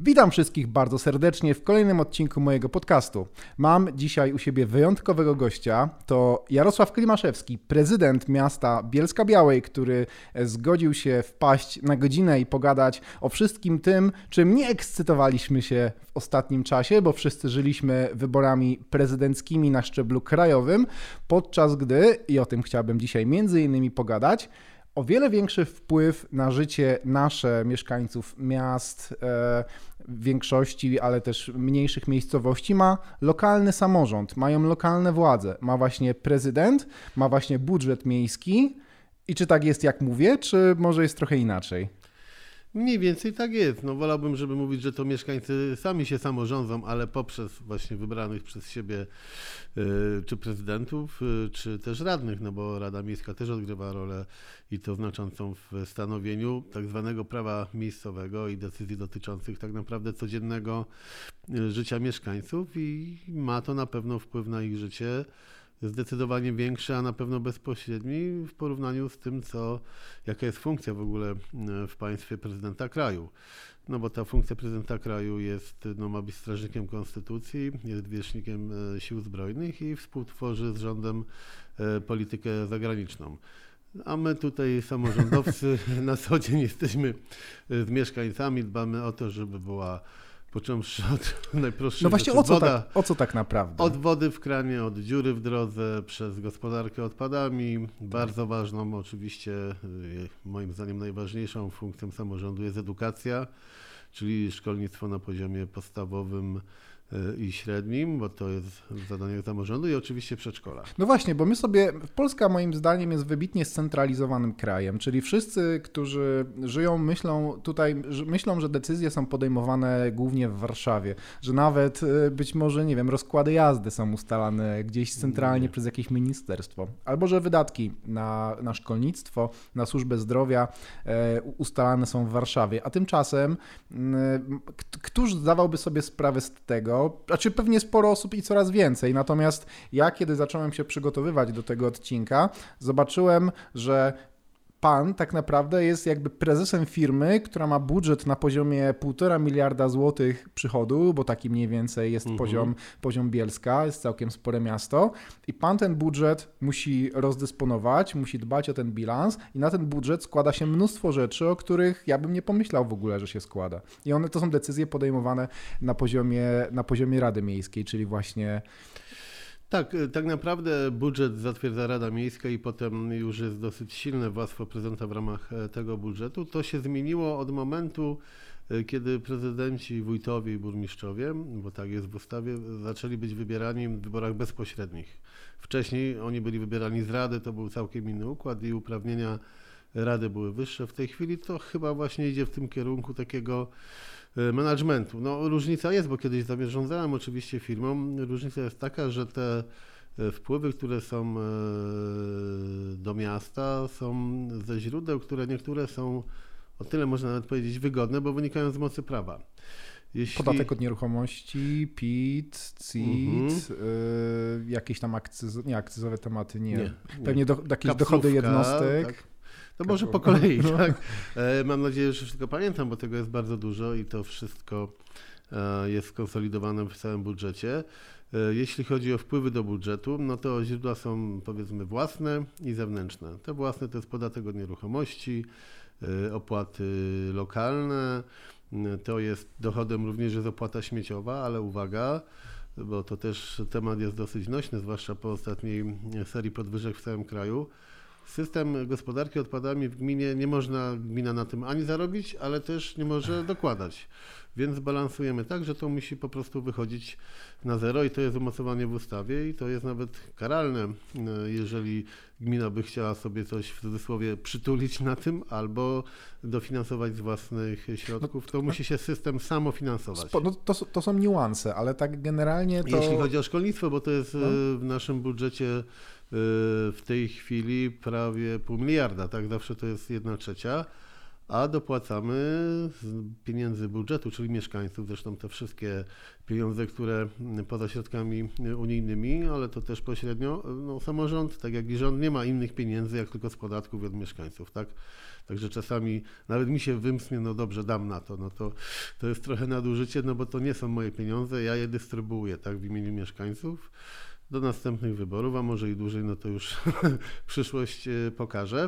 Witam wszystkich bardzo serdecznie w kolejnym odcinku mojego podcastu. Mam dzisiaj u siebie wyjątkowego gościa. To Jarosław Klimaszewski, prezydent miasta Bielska-Białej, który zgodził się wpaść na godzinę i pogadać o wszystkim tym, czym nie ekscytowaliśmy się w ostatnim czasie, bo wszyscy żyliśmy wyborami prezydenckimi na szczeblu krajowym, podczas gdy, i o tym chciałbym dzisiaj między innymi pogadać, o wiele większy wpływ na życie nasze, mieszkańców miast, większości, ale też mniejszych miejscowości ma lokalny samorząd, mają lokalne władze, ma właśnie prezydent, ma właśnie budżet miejski. I czy tak jest, jak mówię, czy może jest trochę inaczej? Mniej więcej tak jest. No, wolałbym, żeby mówić, że to mieszkańcy sami się samorządzą, ale poprzez właśnie wybranych przez siebie czy prezydentów, czy też radnych, no bo Rada Miejska też odgrywa rolę i to znaczącą w stanowieniu tak zwanego prawa miejscowego i decyzji dotyczących tak naprawdę codziennego życia mieszkańców i ma to na pewno wpływ na ich życie. Zdecydowanie większy, a na pewno bezpośredni w porównaniu z tym, jaka jest funkcja w ogóle w państwie prezydenta kraju. No bo ta funkcja prezydenta kraju ma być strażnikiem konstytucji, jest wierzchnikiem sił zbrojnych i współtworzy z rządem politykę zagraniczną. A my tutaj samorządowcy na co dzień jesteśmy z mieszkańcami, dbamy o to, żeby była począwszy od najprostszych. No właśnie o co tak naprawdę? Od wody w kranie, od dziury w drodze, przez gospodarkę odpadami. Bardzo ważną, oczywiście moim zdaniem najważniejszą funkcją samorządu jest edukacja, czyli szkolnictwo na poziomie podstawowym i średnim, bo to jest w zadaniach samorządu i oczywiście przedszkola. No właśnie, bo Polska moim zdaniem jest wybitnie scentralizowanym krajem, czyli wszyscy, którzy żyją, myślą, że decyzje są podejmowane głównie w Warszawie, że nawet być może, nie wiem, rozkłady jazdy są ustalane gdzieś centralnie przez jakieś ministerstwo, albo że wydatki na szkolnictwo, na służbę zdrowia ustalane są w Warszawie, a tymczasem któż zdawałby sobie sprawę z tego, znaczy pewnie sporo osób i coraz więcej, natomiast ja kiedy zacząłem się przygotowywać do tego odcinka, zobaczyłem, że pan tak naprawdę jest jakby prezesem firmy, która ma budżet na poziomie 1,5 miliarda złotych przychodu, bo taki mniej więcej jest poziom Bielska, jest całkiem spore miasto i pan ten budżet musi rozdysponować, musi dbać o ten bilans i na ten budżet składa się mnóstwo rzeczy, o których ja bym nie pomyślał w ogóle, że się składa. I to są decyzje podejmowane na poziomie Rady Miejskiej, czyli właśnie... Tak naprawdę budżet zatwierdza Rada Miejska i potem już jest dosyć silne władztwo prezydenta w ramach tego budżetu. To się zmieniło od momentu, kiedy prezydenci, wójtowie i burmistrzowie, bo tak jest w ustawie, zaczęli być wybierani w wyborach bezpośrednich. Wcześniej oni byli wybierani z Rady, to był całkiem inny układ i uprawnienia Rady były wyższe. W tej chwili to chyba właśnie idzie w tym kierunku takiego managementu. No różnica jest, bo kiedyś zarządzałem oczywiście firmą. Różnica jest taka, że te wpływy, które są do miasta, są ze źródeł, które niektóre są o tyle można nawet powiedzieć wygodne, bo wynikają z mocy prawa. Podatek od nieruchomości, PIT, CIT, jakieś tam akcyzowe tematy, nie. Pewnie jakieś dochody jednostek. Tak. To może po kolei, tak? Mam nadzieję, że wszystko pamiętam, bo tego jest bardzo dużo i to wszystko jest skonsolidowane w całym budżecie. Jeśli chodzi o wpływy do budżetu, no to źródła są powiedzmy własne i zewnętrzne. Te własne to jest podatek od nieruchomości, opłaty lokalne, to jest dochodem również jest opłata śmieciowa, ale uwaga, bo to też temat jest dosyć nośny, zwłaszcza po ostatniej serii podwyżek w całym kraju. System gospodarki odpadami w gminie gmina na tym ani zarobić, ale też nie może dokładać. Więc balansujemy tak, że to musi po prostu wychodzić na zero i to jest umocowanie w ustawie i to jest nawet karalne, jeżeli gmina by chciała sobie coś w cudzysłowie przytulić na tym albo dofinansować z własnych środków, to musi się system samofinansować. To są niuanse, ale tak generalnie to... Jeśli chodzi o szkolnictwo, bo to jest w naszym budżecie w tej chwili prawie 0,5 miliarda, tak? Zawsze to jest 1/3. a dopłacamy z pieniędzy budżetu, czyli mieszkańców, zresztą te wszystkie pieniądze, które poza środkami unijnymi, ale to też pośrednio samorząd, tak jak i rząd, nie ma innych pieniędzy, jak tylko z podatków i od mieszkańców, tak? Także czasami nawet mi się wymknie, no dobrze, dam na to, to jest trochę nadużycie, no bo to nie są moje pieniądze, ja je dystrybuuję, tak, w imieniu mieszkańców do następnych wyborów, a może i dłużej, no to już przyszłość pokaże.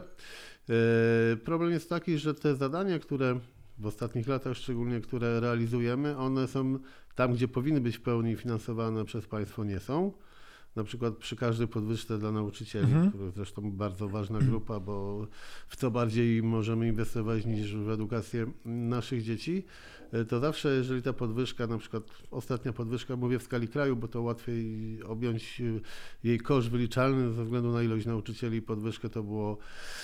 Problem jest taki, że te zadania, które w ostatnich latach szczególnie, które realizujemy, one są tam, gdzie powinny być w pełni finansowane przez państwo, nie są. Na przykład przy każdej podwyżce dla nauczycieli, które zresztą bardzo ważna grupa, bo w co bardziej możemy inwestować niż w edukację naszych dzieci, to zawsze jeżeli ta podwyżka, na przykład ostatnia podwyżka, mówię w skali kraju, bo to łatwiej objąć jej koszt wyliczalny ze względu na ilość nauczycieli, podwyżkę to było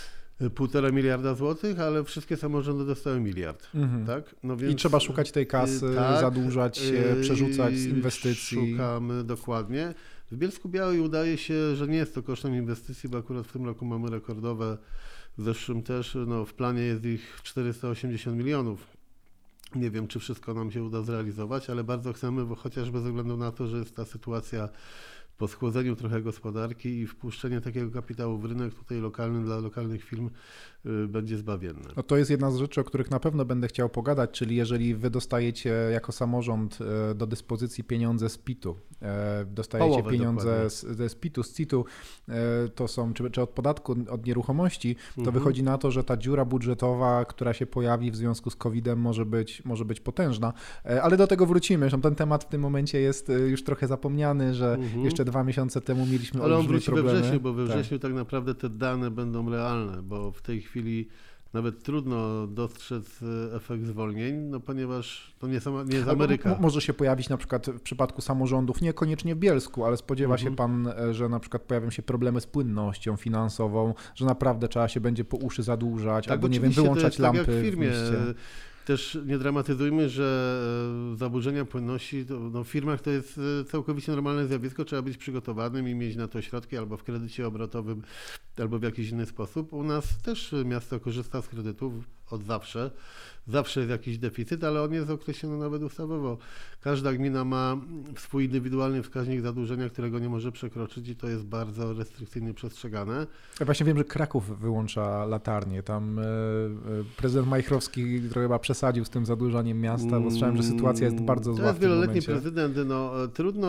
1,5 miliarda złotych, ale wszystkie samorządy dostały miliard. Tak? No więc, i trzeba szukać tej kasy, tak, zadłużać się, przerzucać z inwestycji. Szukamy dokładnie. W Bielsku-Białej udaje się, że nie jest to kosztem inwestycji, bo akurat w tym roku mamy rekordowe, w zeszłym też, w planie jest ich 480 milionów. Nie wiem, czy wszystko nam się uda zrealizować, ale bardzo chcemy, bo chociażby ze względu na to, że jest ta sytuacja po schłodzeniu trochę gospodarki i wpuszczenie takiego kapitału w rynek tutaj lokalny dla lokalnych firm będzie zbawienne. No to jest jedna z rzeczy, o których na pewno będę chciał pogadać, czyli jeżeli wy dostajecie jako samorząd do dyspozycji pieniądze z PIT-u, dostajecie połowę pieniądze z PIT-u, z CIT-u, to są, czy od podatku od nieruchomości, to wychodzi na to, że ta dziura budżetowa, która się pojawi w związku z COVID-em może być potężna, ale do tego wrócimy. Zresztą ten temat w tym momencie jest już trochę zapomniany, że jeszcze 2 miesiące temu mieliśmy olbrzymie problemy. Ale on wróci we wrześniu, bo we wrześniu tak naprawdę te dane będą realne, bo w tej chwili nawet trudno dostrzec efekt zwolnień, ponieważ to nie jest Ameryka. Może się pojawić na przykład w przypadku samorządów, niekoniecznie w Bielsku, ale spodziewa się pan, że na przykład pojawią się problemy z płynnością finansową, że naprawdę trzeba się będzie po uszy zadłużać, tak, albo nie wiem, wyłączać lampy tak jak w firmie. w mieście. Też nie dramatyzujmy, że zaburzenia płynności w firmach to jest całkowicie normalne zjawisko, trzeba być przygotowanym i mieć na to środki albo w kredycie obrotowym, albo w jakiś inny sposób. U nas też miasto korzysta z kredytów od zawsze. Zawsze jest jakiś deficyt, ale on jest określony nawet ustawowo. Każda gmina ma swój indywidualny wskaźnik zadłużenia, którego nie może przekroczyć i to jest bardzo restrykcyjnie przestrzegane. Ja właśnie wiem, że Kraków wyłącza latarnie. Tam prezydent Majchrowski trochę chyba przesadził z tym zadłużaniem miasta, bo słyszałem, że sytuacja jest bardzo zła w tym momencie. To jest wieloletni prezydent. Trudno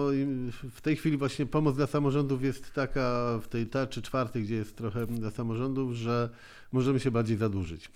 w tej chwili właśnie pomoc dla samorządów jest taka w tej tarczy czwartej, gdzie jest trochę dla samorządów, że możemy się bardziej zadłużyć.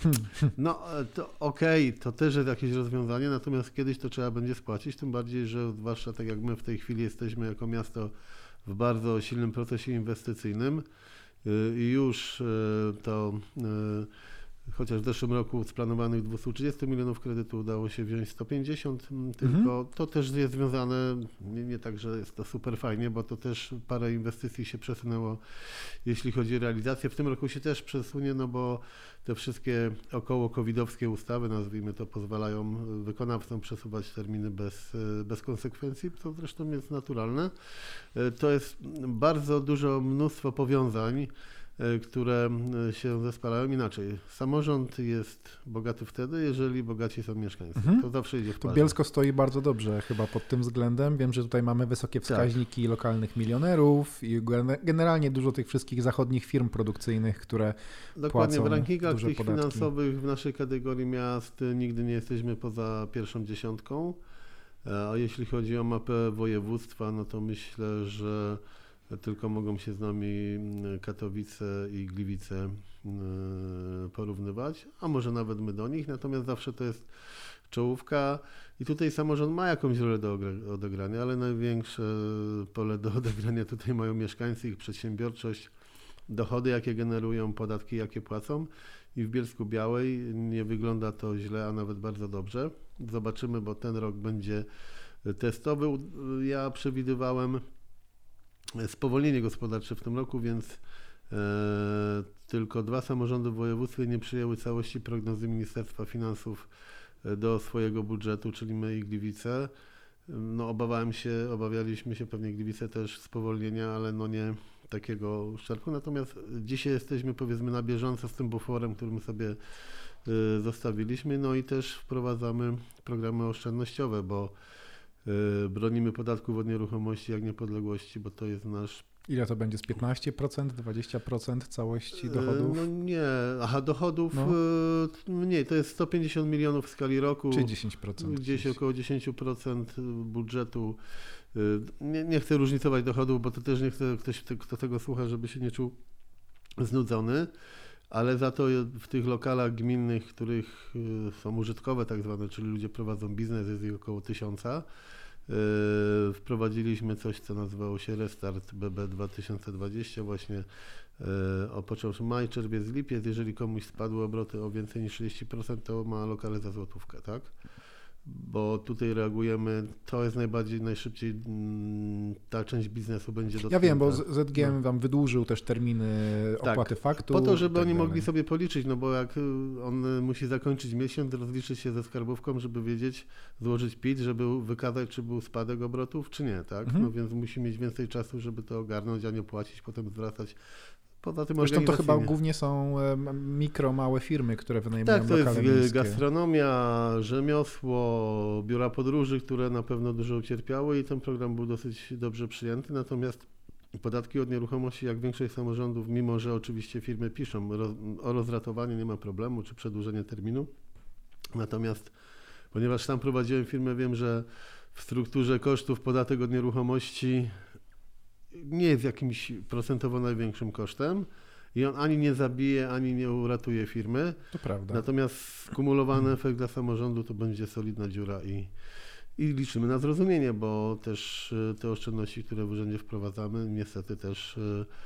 To okej, to też jest jakieś rozwiązanie, natomiast kiedyś to trzeba będzie spłacić, tym bardziej, że zwłaszcza tak jak my w tej chwili jesteśmy jako miasto w bardzo silnym procesie inwestycyjnym i już to chociaż w zeszłym roku z planowanych 230 milionów kredytu udało się wziąć 150, tylko to też jest związane, nie tak, że jest to super fajnie, bo to też parę inwestycji się przesunęło, jeśli chodzi o realizację. W tym roku się też przesunie, bo te wszystkie około covidowskie ustawy, nazwijmy to, pozwalają wykonawcom przesuwać terminy bez konsekwencji, co zresztą jest naturalne. To jest bardzo mnóstwo powiązań, które się zespalają inaczej. Samorząd jest bogaty wtedy, jeżeli bogaci są mieszkańcy. To zawsze idzie w parze. Bielsko stoi bardzo dobrze chyba pod tym względem. Wiem, że tutaj mamy wysokie wskaźniki lokalnych milionerów i generalnie dużo tych wszystkich zachodnich firm produkcyjnych, które dokładnie, płacą w rankingach duże tych podatki. finansowych w naszej kategorii miast nigdy nie jesteśmy poza pierwszą dziesiątką. A jeśli chodzi o mapę województwa, to myślę, że tylko mogą się z nami Katowice i Gliwice porównywać, a może nawet my do nich, natomiast zawsze to jest czołówka i tutaj samorząd ma jakąś rolę do odegrania, ale największe pole do odegrania tutaj mają mieszkańcy, ich przedsiębiorczość, dochody, jakie generują, podatki, jakie płacą i w Bielsku-Białej nie wygląda to źle, a nawet bardzo dobrze. Zobaczymy, bo ten rok będzie testowy. Ja przewidywałem spowolnienie gospodarcze w tym roku, więc tylko 2 samorządy w województwie nie przyjęły całości prognozy Ministerstwa Finansów do swojego budżetu, czyli my i Gliwice. Obawialiśmy się, pewnie Gliwice też, spowolnienia, ale nie takiego uszczerbku. Natomiast dzisiaj jesteśmy powiedzmy na bieżąco z tym buforem, który my sobie zostawiliśmy, no i też wprowadzamy programy oszczędnościowe, bo bronimy podatków od nieruchomości jak niepodległości, bo to jest nasz... Ile to będzie? Z 15%, 20% całości dochodów? No nie, dochodów mniej, to jest 150 milionów w skali roku. Czyli 10%. Gdzieś około 10% budżetu. Nie chcę różnicować dochodów, bo to też nie chce ktoś, kto tego słucha, żeby się nie czuł znudzony, ale za to w tych lokalach gminnych, których są użytkowe tak zwane, czyli ludzie prowadzą biznes, jest ich około 1000. Wprowadziliśmy coś, co nazywało się Restart BB 2020, właśnie począwszy maj, czerwiec, lipiec. Jeżeli komuś spadły obroty o więcej niż 30%, to ma lokale za złotówkę, tak? Bo tutaj reagujemy, to jest najszybciej ta część biznesu będzie dotknięta. Ja wiem, bo ZGM wam wydłużył też terminy opłaty faktur. Po to, żeby oni mogli sobie policzyć, no bo jak on musi zakończyć miesiąc, rozliczyć się ze skarbówką, żeby wiedzieć, złożyć PIT, żeby wykazać, czy był spadek obrotów, czy nie, tak? No więc musi mieć więcej czasu, żeby to ogarnąć, a nie płacić, potem zwracać. Poza tym zresztą to chyba głównie są małe firmy, które wynajmują lokale miejskie. Tak, to jest miejskie. gastronomia, rzemiosło, biura podróży, które na pewno dużo ucierpiały i ten program był dosyć dobrze przyjęty. Natomiast podatki od nieruchomości, jak większość samorządów, mimo że oczywiście firmy piszą o rozratowanie, nie ma problemu, czy przedłużenie terminu. Natomiast ponieważ tam prowadziłem firmę, wiem, że w strukturze kosztów podatek od nieruchomości nie jest jakimś procentowo największym kosztem i on ani nie zabije, ani nie uratuje firmy. To prawda. Natomiast skumulowany efekt dla samorządu to będzie solidna dziura i liczymy na zrozumienie, bo też te oszczędności, które w urzędzie wprowadzamy, niestety też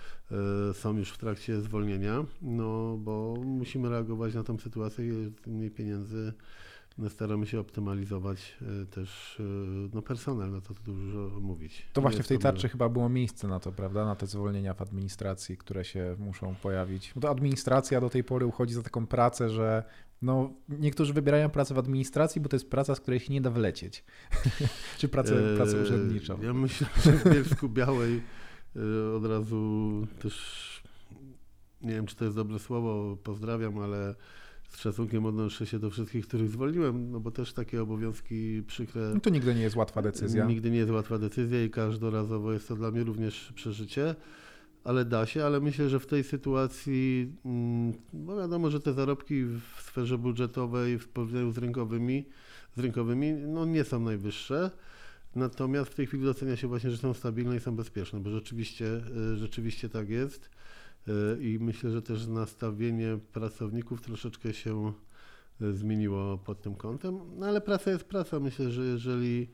są już w trakcie zwolnienia, no bo musimy reagować na tą sytuację, jest mniej pieniędzy. Staramy się optymalizować też personel, no to dużo mówić. To właśnie w tej tarczy chyba było miejsce na to, prawda? Na te zwolnienia w administracji, które się muszą pojawić. Bo to administracja do tej pory uchodzi za taką pracę, że niektórzy wybierają pracę w administracji, bo to jest praca, z której się nie da wlecieć. Czy pracę urzędniczą. Ja myślę, że w Bielsku-Białej od razu też, nie wiem, czy to jest dobre słowo, pozdrawiam, ale z szacunkiem odnoszę się do wszystkich, których zwolniłem, no bo też takie obowiązki przykre. No to nigdy nie jest łatwa decyzja. Nigdy nie jest łatwa decyzja i każdorazowo jest to dla mnie również przeżycie, ale da się, ale myślę, że w tej sytuacji, bo wiadomo, że te zarobki w sferze budżetowej w porównaniu z rynkowymi nie są najwyższe, natomiast w tej chwili docenia się właśnie, że są stabilne i są bezpieczne, bo rzeczywiście tak jest. I myślę, że też nastawienie pracowników troszeczkę się zmieniło pod tym kątem, no ale praca jest praca. Myślę, że jeżeli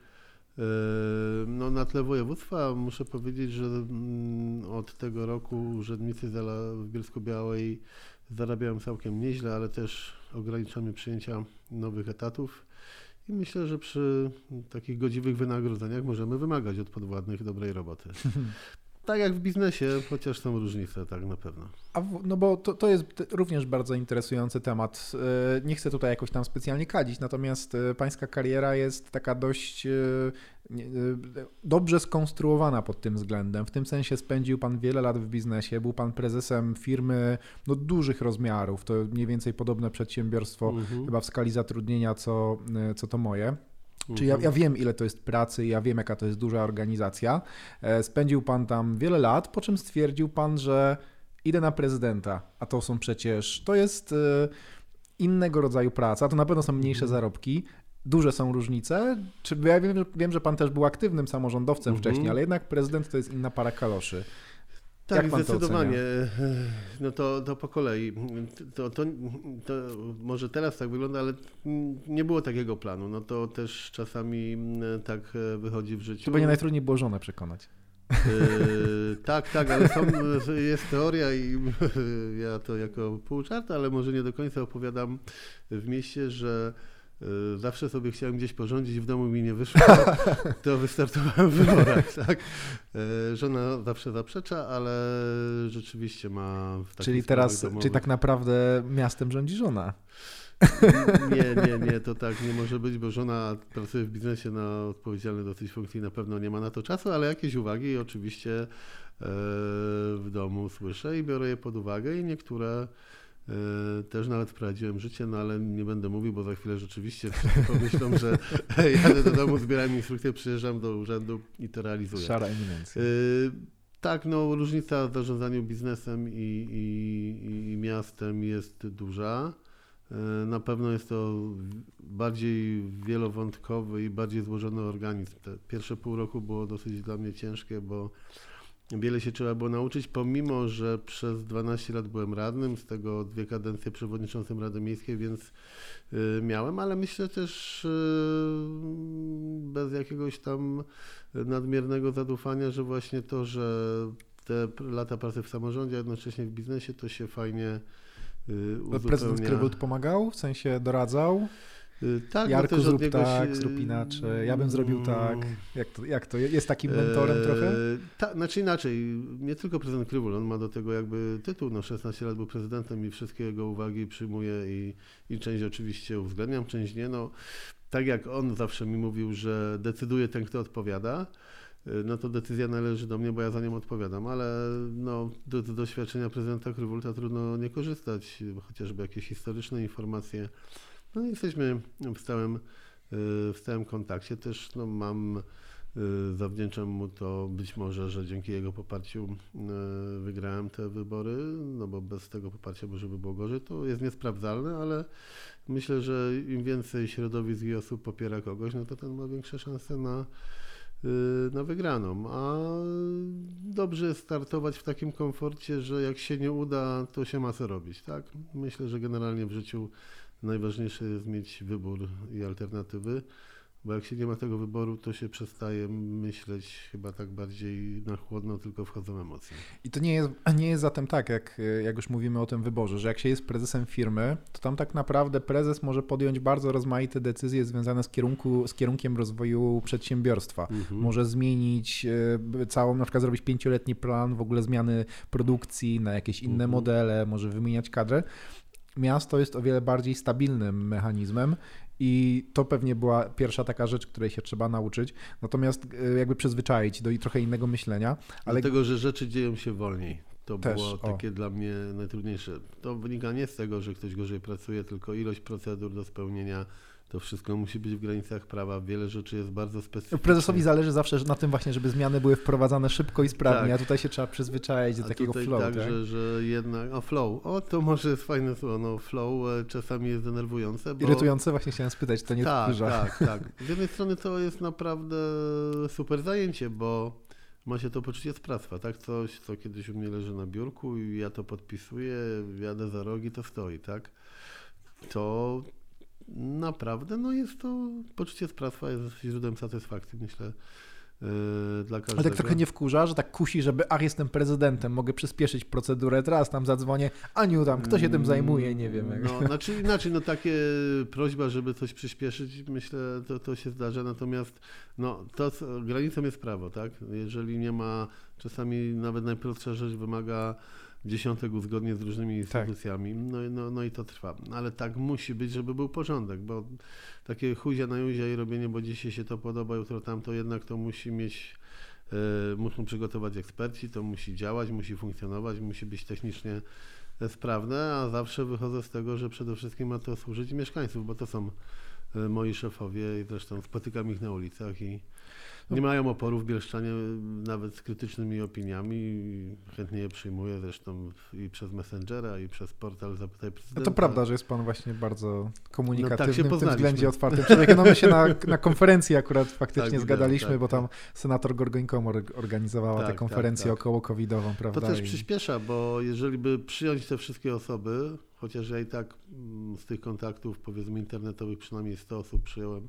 na tle województwa muszę powiedzieć, że od tego roku urzędnicy w Bielsku-Białej zarabiają całkiem nieźle, ale też ograniczamy przyjęcia nowych etatów i myślę, że przy takich godziwych wynagrodzeniach możemy wymagać od podwładnych dobrej roboty. Tak jak w biznesie, chociaż są różnice, tak na pewno. Bo to jest również bardzo interesujący temat. Nie chcę tutaj jakoś tam specjalnie kadzić, natomiast pańska kariera jest taka dość dobrze skonstruowana pod tym względem. W tym sensie spędził pan wiele lat w biznesie, był pan prezesem firmy dużych rozmiarów, to mniej więcej podobne przedsiębiorstwo chyba w skali zatrudnienia, co to moje. Czyli ja wiem, ile to jest pracy, ja wiem, jaka to jest duża organizacja. Spędził pan tam wiele lat, po czym stwierdził pan, że idę na prezydenta, a to jest innego rodzaju praca, to na pewno są mniejsze zarobki, duże są różnice. Ja wiem, że pan też był aktywnym samorządowcem wcześniej, ale jednak prezydent to jest inna para kaloszy. Tak, zdecydowanie. No to po kolei. To może teraz tak wygląda, ale nie było takiego planu. No to też czasami tak wychodzi w życiu. To będzie najtrudniej było żonę przekonać. Tak, ale jest teoria i ja to jako pół żart, ale może nie do końca opowiadam w mieście, że zawsze sobie chciałem gdzieś porządzić, w domu mi nie wyszło, to wystartowałem w wyborach, tak. Żona zawsze zaprzecza, ale rzeczywiście ma w takim Czyli tak naprawdę miastem rządzi żona. Nie, to tak nie może być, bo żona pracuje w biznesie na odpowiedzialnej dosyć funkcji, na pewno nie ma na to czasu, ale jakieś uwagi oczywiście w domu słyszę i biorę je pod uwagę i niektóre też nawet wprowadziłem życie, no ale nie będę mówił, bo za chwilę rzeczywiście wszyscy pomyślą, że jadę do domu, zbieram instrukcję, przyjeżdżam do urzędu i to realizuję. Szara eminencja. Tak, no różnica w zarządzaniu biznesem i miastem jest duża. Na pewno jest to bardziej wielowątkowy i bardziej złożony organizm. Te pierwsze pół roku było dosyć dla mnie ciężkie, bo wiele się trzeba było nauczyć, pomimo że przez 12 lat byłem radnym, z tego 2 kadencje przewodniczącym Rady Miejskiej, więc miałem, ale myślę też bez jakiegoś tam nadmiernego zadufania, że właśnie to, że te lata pracy w samorządzie, a jednocześnie w biznesie, to się fajnie uzupełnia. Prezydent Krywut pomagał, w sensie doradzał? Tak, Jarku, no zrób tak, zrób inaczej, ja bym zrobił tak. Jak to jest takim mentorem trochę? Znaczy inaczej, nie tylko prezydent Krywul, on ma do tego jakby tytuł, no 16 lat był prezydentem i wszystkie jego uwagi przyjmuję i część oczywiście uwzględniam, część nie. No, tak jak on zawsze mi mówił, że decyduje ten, kto odpowiada, no to decyzja należy do mnie, bo ja za nią odpowiadam, ale no, do doświadczenia prezydenta Krywulta trudno nie korzystać, chociażby jakieś historyczne informacje. No jesteśmy w stałym kontakcie. Też no, zawdzięczam mu to być może, że dzięki jego poparciu wygrałem te wybory, no bo bez tego poparcia może by było gorzej. To jest niesprawdzalne, ale myślę, że im więcej środowisk i osób popiera kogoś, no to ten ma większe szanse na wygraną. A dobrze jest startować w takim komforcie, że jak się nie uda, to się ma co robić. Tak? Myślę, że generalnie w życiu najważniejsze jest mieć wybór i alternatywy, bo jak się nie ma tego wyboru, to się przestaje myśleć chyba tak bardziej na chłodno, tylko wchodzą emocje. I to nie jest zatem tak, jak już mówimy o tym wyborze, że jak się jest prezesem firmy, to tam tak naprawdę prezes może podjąć bardzo rozmaite decyzje związane z kierunkiem rozwoju przedsiębiorstwa. Może zmienić całą, na przykład zrobić 5-letni plan w ogóle zmiany produkcji na jakieś inne modele, może wymieniać kadrę. Miasto jest o wiele bardziej stabilnym mechanizmem i to pewnie była pierwsza taka rzecz, której się trzeba nauczyć, natomiast jakby przyzwyczaić do trochę innego myślenia. Ale dlatego, że rzeczy dzieją się wolniej. To też, było takie dla mnie najtrudniejsze. To wynika nie z tego, że ktoś gorzej pracuje, tylko ilość procedur do spełnienia. To wszystko musi być w granicach prawa. Wiele rzeczy jest bardzo specyficznych. Prezesowi zależy zawsze na tym właśnie, żeby zmiany były wprowadzane szybko i sprawnie, tak. A tutaj się trzeba przyzwyczaić do takiego flow. Tak, że jednak... flow. To może jest fajne słowo. No, flow czasami jest denerwujące. Bo... Irytujące? Właśnie chciałem spytać, to nie wkurza. Tak. Z jednej strony to jest naprawdę super zajęcie, bo ma się to poczucie sprawstwa, tak? Coś, co kiedyś u mnie leży na biurku i ja to podpisuję, jadę za rogi, to stoi, tak? To naprawdę, no jest to poczucie sprawstwa, jest źródłem satysfakcji, myślę, dla każdego. Ale tak trochę nie wkurza, że tak kusi, żeby jestem prezydentem, mogę przyspieszyć procedurę, teraz tam zadzwonię, Aniu tam, kto się tym zajmuje, nie wiem. No, znaczy inaczej, no takie prośba, żeby coś przyspieszyć, myślę, to się zdarza, natomiast no, to granicą jest prawo, tak? Jeżeli nie ma, czasami nawet najprostsza rzecz wymaga dziesiątek uzgodnień z różnymi instytucjami, no i to trwa. Ale tak musi być, żeby był porządek, bo takie chuzia na juzia i robienie, bo dzisiaj się to podoba, jutro tamto, jednak to musi mieć, muszą przygotować eksperci, to musi działać, musi funkcjonować, musi być technicznie sprawne, a zawsze wychodzę z tego, że przede wszystkim ma to służyć mieszkańców, bo to są moi szefowie i zresztą spotykam ich na ulicach i nie mają oporu w Bielszczanie nawet z krytycznymi opiniami. Chętnie je przyjmuję zresztą i przez Messengera, i przez portal Zapytaj Prezydenta. No to prawda, że jest pan właśnie bardzo komunikatywnym, no tak w tym względzie otwartym człowiekiem. No my się na konferencji akurat faktycznie zgadaliśmy, bo tam senator Gorgońko organizowała tę konferencję około covidową, prawda? To też przyspiesza, bo jeżeli by przyjąć te wszystkie osoby, chociaż ja i tak z tych kontaktów powiedzmy internetowych przynajmniej 100 osób przyjąłem,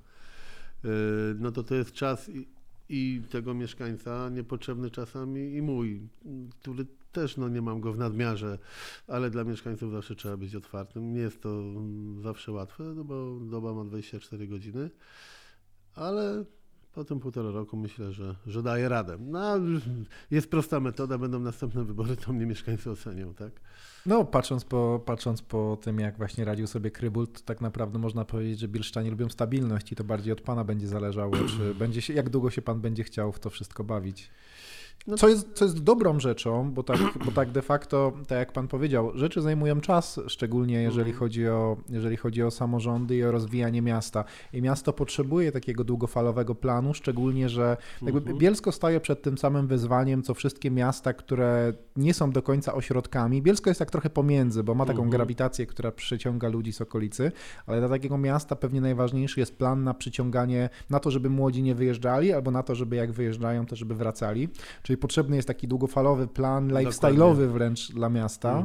no to jest czas i tego mieszkańca niepotrzebny czasami i mój, który też nie mam go w nadmiarze, ale dla mieszkańców zawsze trzeba być otwartym. Nie jest to zawsze łatwe, no bo doba ma 24 godziny, ale po tym 1,5 roku myślę, że daje radę. No, jest prosta metoda, będą następne wybory, to mnie mieszkańcy ocenią, tak? No, patrząc po tym, jak właśnie radził sobie Krybul, to tak naprawdę można powiedzieć, że bielszczanie lubią stabilność i to bardziej od pana będzie zależało, czy jak długo się pan będzie chciał w to wszystko bawić. No, Co jest dobrą rzeczą, bo tak de facto, tak jak pan powiedział, rzeczy zajmują czas, szczególnie jeżeli chodzi o samorządy i o rozwijanie miasta. I miasto potrzebuje takiego długofalowego planu, szczególnie, że jakby Bielsko staje przed tym samym wyzwaniem, co wszystkie miasta, które nie są do końca ośrodkami. Bielsko jest tak trochę pomiędzy, bo ma taką grawitację, która przyciąga ludzi z okolicy, ale dla takiego miasta pewnie najważniejszy jest plan na przyciąganie, na to, żeby młodzi nie wyjeżdżali, albo na to, żeby jak wyjeżdżają, to żeby wracali. Czyli potrzebny jest taki długofalowy plan, lifestyle'owy wręcz dla miasta.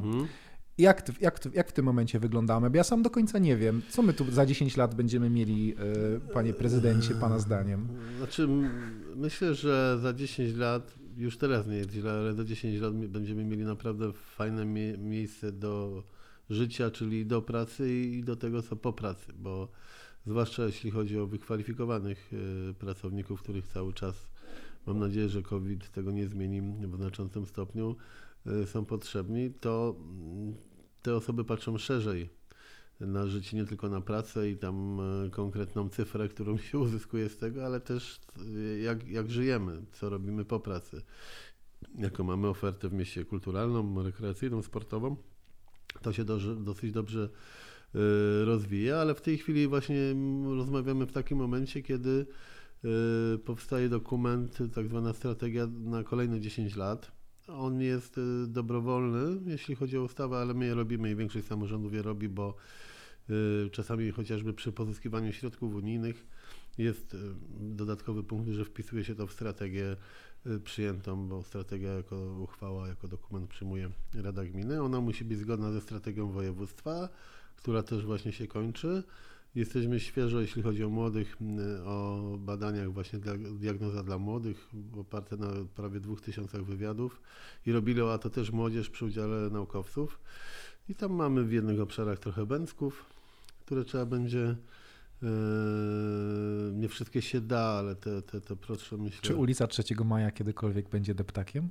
Jak w tym momencie wyglądamy? Bo ja sam do końca nie wiem. Co my tu za 10 lat będziemy mieli, panie prezydencie, pana zdaniem? Znaczy, myślę, że za 10 lat, już teraz nie jest źle, ale za 10 lat będziemy mieli naprawdę fajne miejsce do życia, czyli do pracy i do tego, co po pracy, bo zwłaszcza jeśli chodzi o wykwalifikowanych pracowników, których cały czas, mam nadzieję, że COVID tego nie zmieni w znaczącym stopniu, są potrzebni, to te osoby patrzą szerzej na życie, nie tylko na pracę i tam konkretną cyfrę, którą się uzyskuje z tego, ale też jak żyjemy, co robimy po pracy. Jaką mamy ofertę w mieście kulturalną, rekreacyjną, sportową, to się dosyć dobrze rozwija, ale w tej chwili właśnie rozmawiamy w takim momencie, kiedy powstaje dokument, tak zwana strategia na kolejne 10 lat. On jest dobrowolny, jeśli chodzi o ustawę, ale my je robimy i większość samorządów je robi, bo czasami chociażby przy pozyskiwaniu środków unijnych jest dodatkowy punkt, że wpisuje się to w strategię przyjętą, bo strategia jako uchwała, jako dokument przyjmuje Rada Gminy. Ona musi być zgodna ze strategią województwa, która też właśnie się kończy. Jesteśmy świeżo, jeśli chodzi o młodych, o badaniach właśnie diagnoza dla młodych, oparte na prawie 2000 wywiadów i robili a to też młodzież przy udziale naukowców. I tam mamy w jednych obszarach trochę bęcków, które trzeba będzie, nie wszystkie się da, ale te prostsze myślę. Czy ulica 3 Maja kiedykolwiek będzie deptakiem?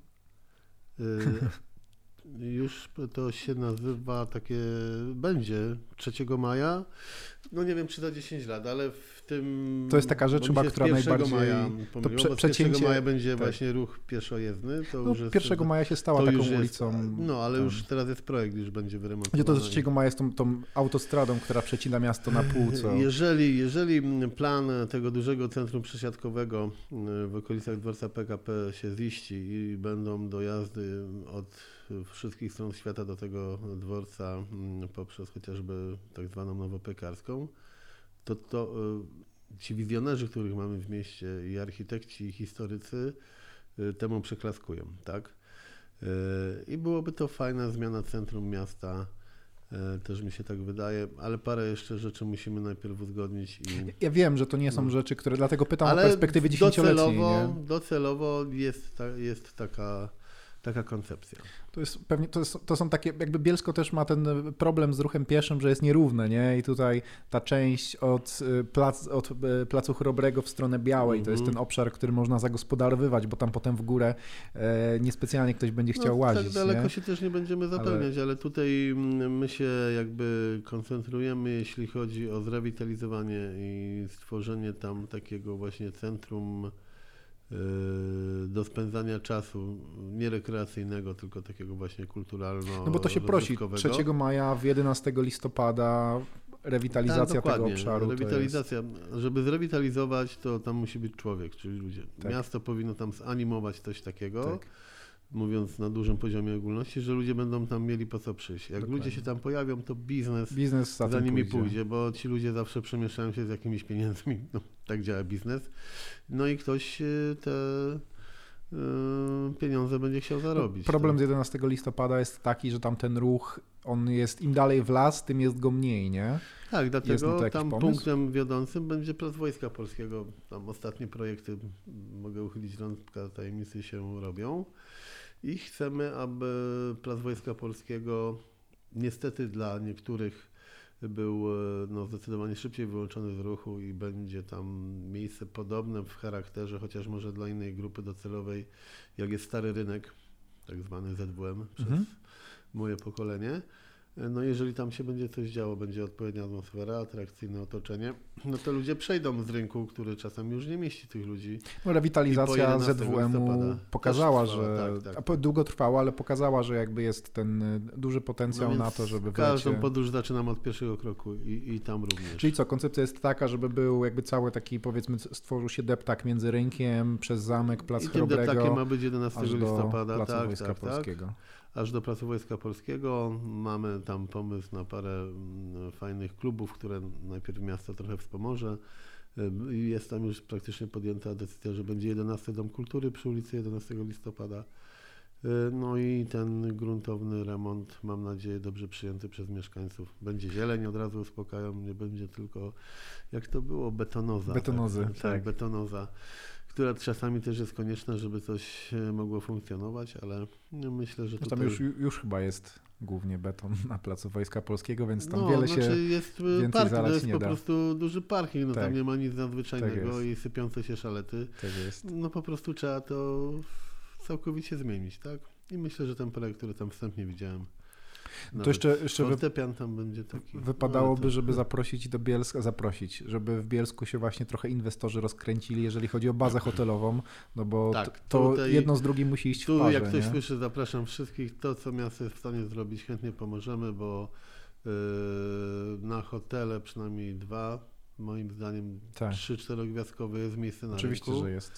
Już to się nazywa takie, będzie 3 maja, no nie wiem czy za 10 lat, ale w tym... To jest taka rzecz chyba, która najbardziej... Maja pomyliło, bo 1 maja będzie tak. Właśnie ruch pieszojezdny. To no, już jest, 1 maja się stała taką ulicą. No ale już teraz jest projekt, już będzie wyremontowany. To 3 maja jest tą autostradą, która przecina miasto na pół. Co... Jeżeli plan tego dużego centrum przesiadkowego w okolicach dworca PKP się ziści i będą dojazdy od wszystkich stron świata do tego dworca poprzez chociażby tak zwaną Nowopekarską, to ci wizjonerzy, których mamy w mieście i architekci, i historycy temu przyklaskują, tak? I byłoby to fajna zmiana centrum miasta, też mi się tak wydaje, ale parę jeszcze rzeczy musimy najpierw uzgodnić. Ja wiem, że to nie są rzeczy, które, dlatego pytam o perspektywy 10-letniej. Docelowo jest taka koncepcja. To są takie, jakby Bielsko też ma ten problem z ruchem pieszym, że jest nierówne, nie? I tutaj ta część od Placu Chrobrego w stronę Białej, to jest ten obszar, który można zagospodarowywać, bo tam potem w górę niespecjalnie ktoś będzie chciał łazić. Tak daleko nie? się też nie będziemy zapełniać, ale tutaj my się jakby koncentrujemy, jeśli chodzi o zrewitalizowanie i stworzenie tam takiego właśnie centrum do spędzania czasu, nie rekreacyjnego, tylko takiego właśnie kulturalno-rozrywkowego. No bo to się prosi, 3 maja, 11 listopada, rewitalizacja tego obszaru. Rewitalizacja. Żeby zrewitalizować, to tam musi być człowiek, czyli ludzie. Tak. Miasto powinno tam zanimować coś takiego, tak. Mówiąc na dużym poziomie ogólności, że ludzie będą tam mieli po co przyjść. Jak ludzie się tam pojawią, to biznes za nimi pójdzie, bo ci ludzie zawsze przemieszają się z jakimiś pieniędzmi. No, tak działa biznes. No i ktoś te pieniądze będzie chciał zarobić. Problem z 11 listopada jest taki, że tam ten ruch, on jest im dalej w las, tym jest go mniej, nie? Tak, dlatego tam punktem wiodącym będzie Plac Wojska Polskiego. Tam ostatnie projekty, mogę uchylić rąbka tajemnicy, się robią. I chcemy, aby Plac Wojska Polskiego niestety dla niektórych był zdecydowanie szybciej wyłączony z ruchu i będzie tam miejsce podobne w charakterze, chociaż może dla innej grupy docelowej, jak jest Stary Rynek, tak zwany ZWM przez moje pokolenie. No jeżeli tam się będzie coś działo, będzie odpowiednia atmosfera, atrakcyjne otoczenie, no to ludzie przejdą z rynku, który czasami już nie mieści tych ludzi. No, rewitalizacja ZWM-u pokazała, że długo trwała, ale pokazała, że jakby jest ten duży potencjał na to, żeby każdą podróż zaczynam od pierwszego kroku i tam również. Czyli co, koncepcja jest taka, żeby był jakby cały taki, powiedzmy, stworzył się deptak między rynkiem, przez zamek, Plac Chrobrego. I tym deptakiem ma być 11 listopada. Placu Wojska Polskiego. Aż do Placu Wojska Polskiego. Mamy tam pomysł na parę fajnych klubów, które najpierw miasto trochę wspomoże. Jest tam już praktycznie podjęta decyzja, że będzie 11 Dom Kultury przy ulicy 11 listopada. No i ten gruntowny remont, mam nadzieję, dobrze przyjęty przez mieszkańców. Będzie zieleń, od razu uspokają, nie będzie tylko, jak to było, betonoza. Betonozy, tak. Betonoza, która czasami też jest konieczna, żeby coś mogło funkcjonować, ale myślę, że tutaj... Tam już chyba jest głównie beton na Placu Wojska Polskiego, więc tam wiele się jest więcej parking, zalać to jest nie po da. prostu duży parking, tam nie ma nic nadzwyczajnego tak i sypiące się szalety. Tak jest. No po prostu trzeba to całkowicie zmienić, tak? I myślę, że ten projekt, który tam wstępnie widziałem, to jeszcze fortepian tam będzie taki. Wypadałoby, żeby zaprosić do Bielska, żeby w Bielsku się właśnie trochę inwestorzy rozkręcili, jeżeli chodzi o bazę hotelową, no bo to tutaj, jedno z drugim musi iść w parze. Jak ktoś słyszy, zapraszam wszystkich, to co miasto jest w stanie zrobić, chętnie pomożemy, bo na hotele przynajmniej 2, moim zdaniem 3-4 gwiazdkowe jest miejsce na Oczywiście, rynku. że jest.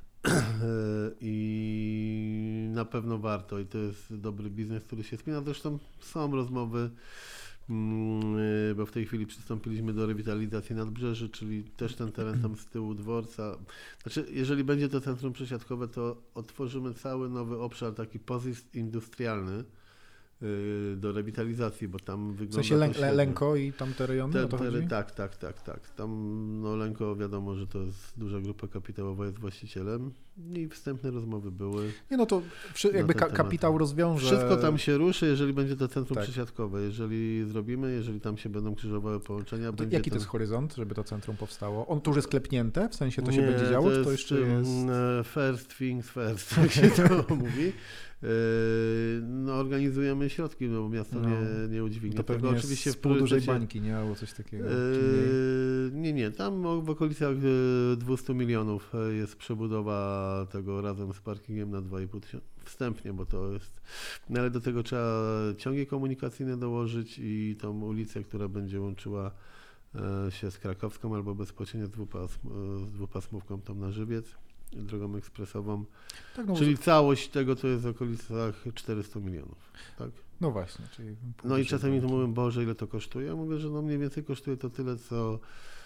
I na pewno warto i to jest dobry biznes, który się spina. Zresztą są rozmowy, bo w tej chwili przystąpiliśmy do rewitalizacji Nadbrzeży, czyli też ten teren tam z tyłu dworca. Znaczy, jeżeli będzie to centrum przesiadkowe, to otworzymy cały nowy obszar, taki postindustrialny do rewitalizacji, bo tam wygląda... W sensie Lęko i tam te rejony? Tak. Tam Lęko wiadomo, że to jest duża grupa kapitałowa, jest właścicielem i wstępne rozmowy były. Nie, no to jakby kapitał rozwiąże... Wszystko tam się ruszy, jeżeli będzie to centrum przesiadkowe. Jeżeli zrobimy, jeżeli tam się będą krzyżowały połączenia... Jaki to jest horyzont, żeby to centrum powstało? On tu już jest klepnięte? W sensie to się będzie działo, czy to jeszcze jest... First things first, jak się to mówi. No, organizujemy środki, bo miasto nie udźwignie. To pewnie oczywiście w pół dużej bańki, nie? Albo coś takiego. Nie. Tam w okolicach 200 milionów jest przebudowa tego razem z parkingiem na 2,5 tysiąca. Wstępnie, bo to jest... No, ale do tego trzeba ciągi komunikacyjne dołożyć i tą ulicę, która będzie łączyła się z Krakowską albo bezpośrednio z dwupasmówką tam na Żywiec, drogą ekspresową. Tak, no, czyli całość tego to jest w okolicach 400 milionów. Tak? No właśnie. Czyli no i czasami to mówią, Boże, ile to kosztuje? Ja mówię, że no mniej więcej kosztuje to tyle, co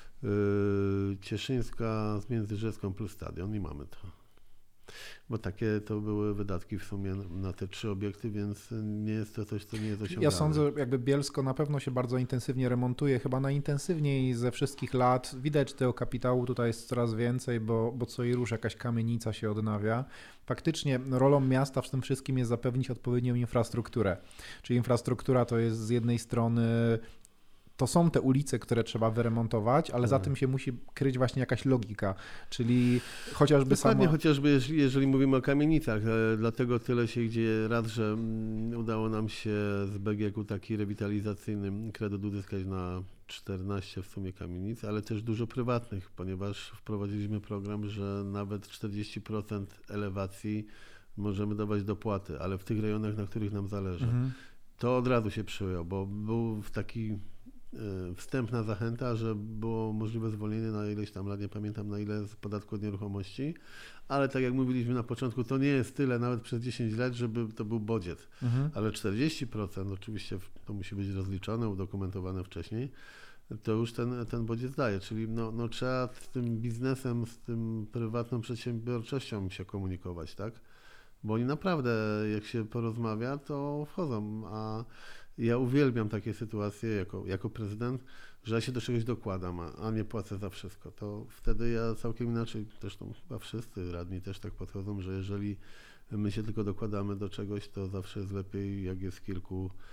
Cieszyńska z Międzyrzecką plus stadion i mamy to. Bo takie to były wydatki w sumie na te 3 obiekty, więc nie jest to coś, co nie jest osiągalne. Ja sądzę, jakby Bielsko na pewno się bardzo intensywnie remontuje, chyba najintensywniej ze wszystkich lat. Widać, tego kapitału tutaj jest coraz więcej, bo co i rusz jakaś kamienica się odnawia. Faktycznie rolą miasta w tym wszystkim jest zapewnić odpowiednią infrastrukturę. Czyli infrastruktura to jest z jednej strony... To są te ulice, które trzeba wyremontować, ale za tym się musi kryć właśnie jakaś logika, czyli chociażby chociażby jeżeli mówimy o kamienicach, dlatego tyle się dzieje. Raz, że udało nam się z BGK taki rewitalizacyjny kredyt uzyskać na 14 w sumie kamienic, ale też dużo prywatnych, ponieważ wprowadziliśmy program, że nawet 40% elewacji możemy dawać dopłaty, ale w tych rejonach, na których nam zależy. To od razu się przyjął, bo był taki wstępna zachęta, że było możliwe zwolnienie na ileś tam lat, nie pamiętam na ile, z podatku od nieruchomości, ale tak jak mówiliśmy na początku, to nie jest tyle nawet przez 10 lat, żeby to był bodziec, ale 40% oczywiście to musi być rozliczone, udokumentowane wcześniej, to już ten bodziec daje, czyli no trzeba z tym biznesem, z tym prywatną przedsiębiorczością się komunikować, tak? Bo oni naprawdę, jak się porozmawia, to wchodzą, a ja uwielbiam takie sytuacje jako prezydent, że ja się do czegoś dokładam, a nie płacę za wszystko. To wtedy ja całkiem inaczej, zresztą chyba wszyscy radni też tak podchodzą, że jeżeli my się tylko dokładamy do czegoś, to zawsze jest lepiej, jak jest kilku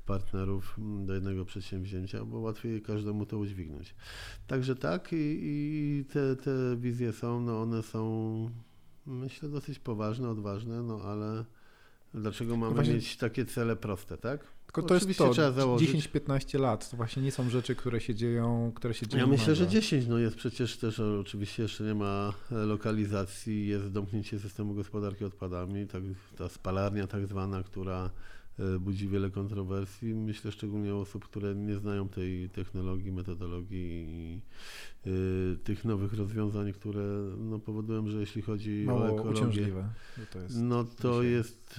partnerów do jednego przedsięwzięcia, bo łatwiej każdemu to udźwignąć. Także tak i te wizje są, no one są, myślę, dosyć poważne, odważne, no ale dlaczego mamy mieć takie cele proste, tak? Tylko to oczywiście jest to, trzeba założyć 10-15 lat, to właśnie nie są rzeczy, które się dzieją Ja myślę, że 10, no jest przecież też, oczywiście jeszcze nie ma lokalizacji, jest domknięcie systemu gospodarki odpadami, tak, ta spalarnia tak zwana, która budzi wiele kontrowersji. Myślę szczególnie osób, które nie znają tej technologii, metodologii i tych nowych rozwiązań, które no, powodują, że jeśli chodzi o ekologię, to jest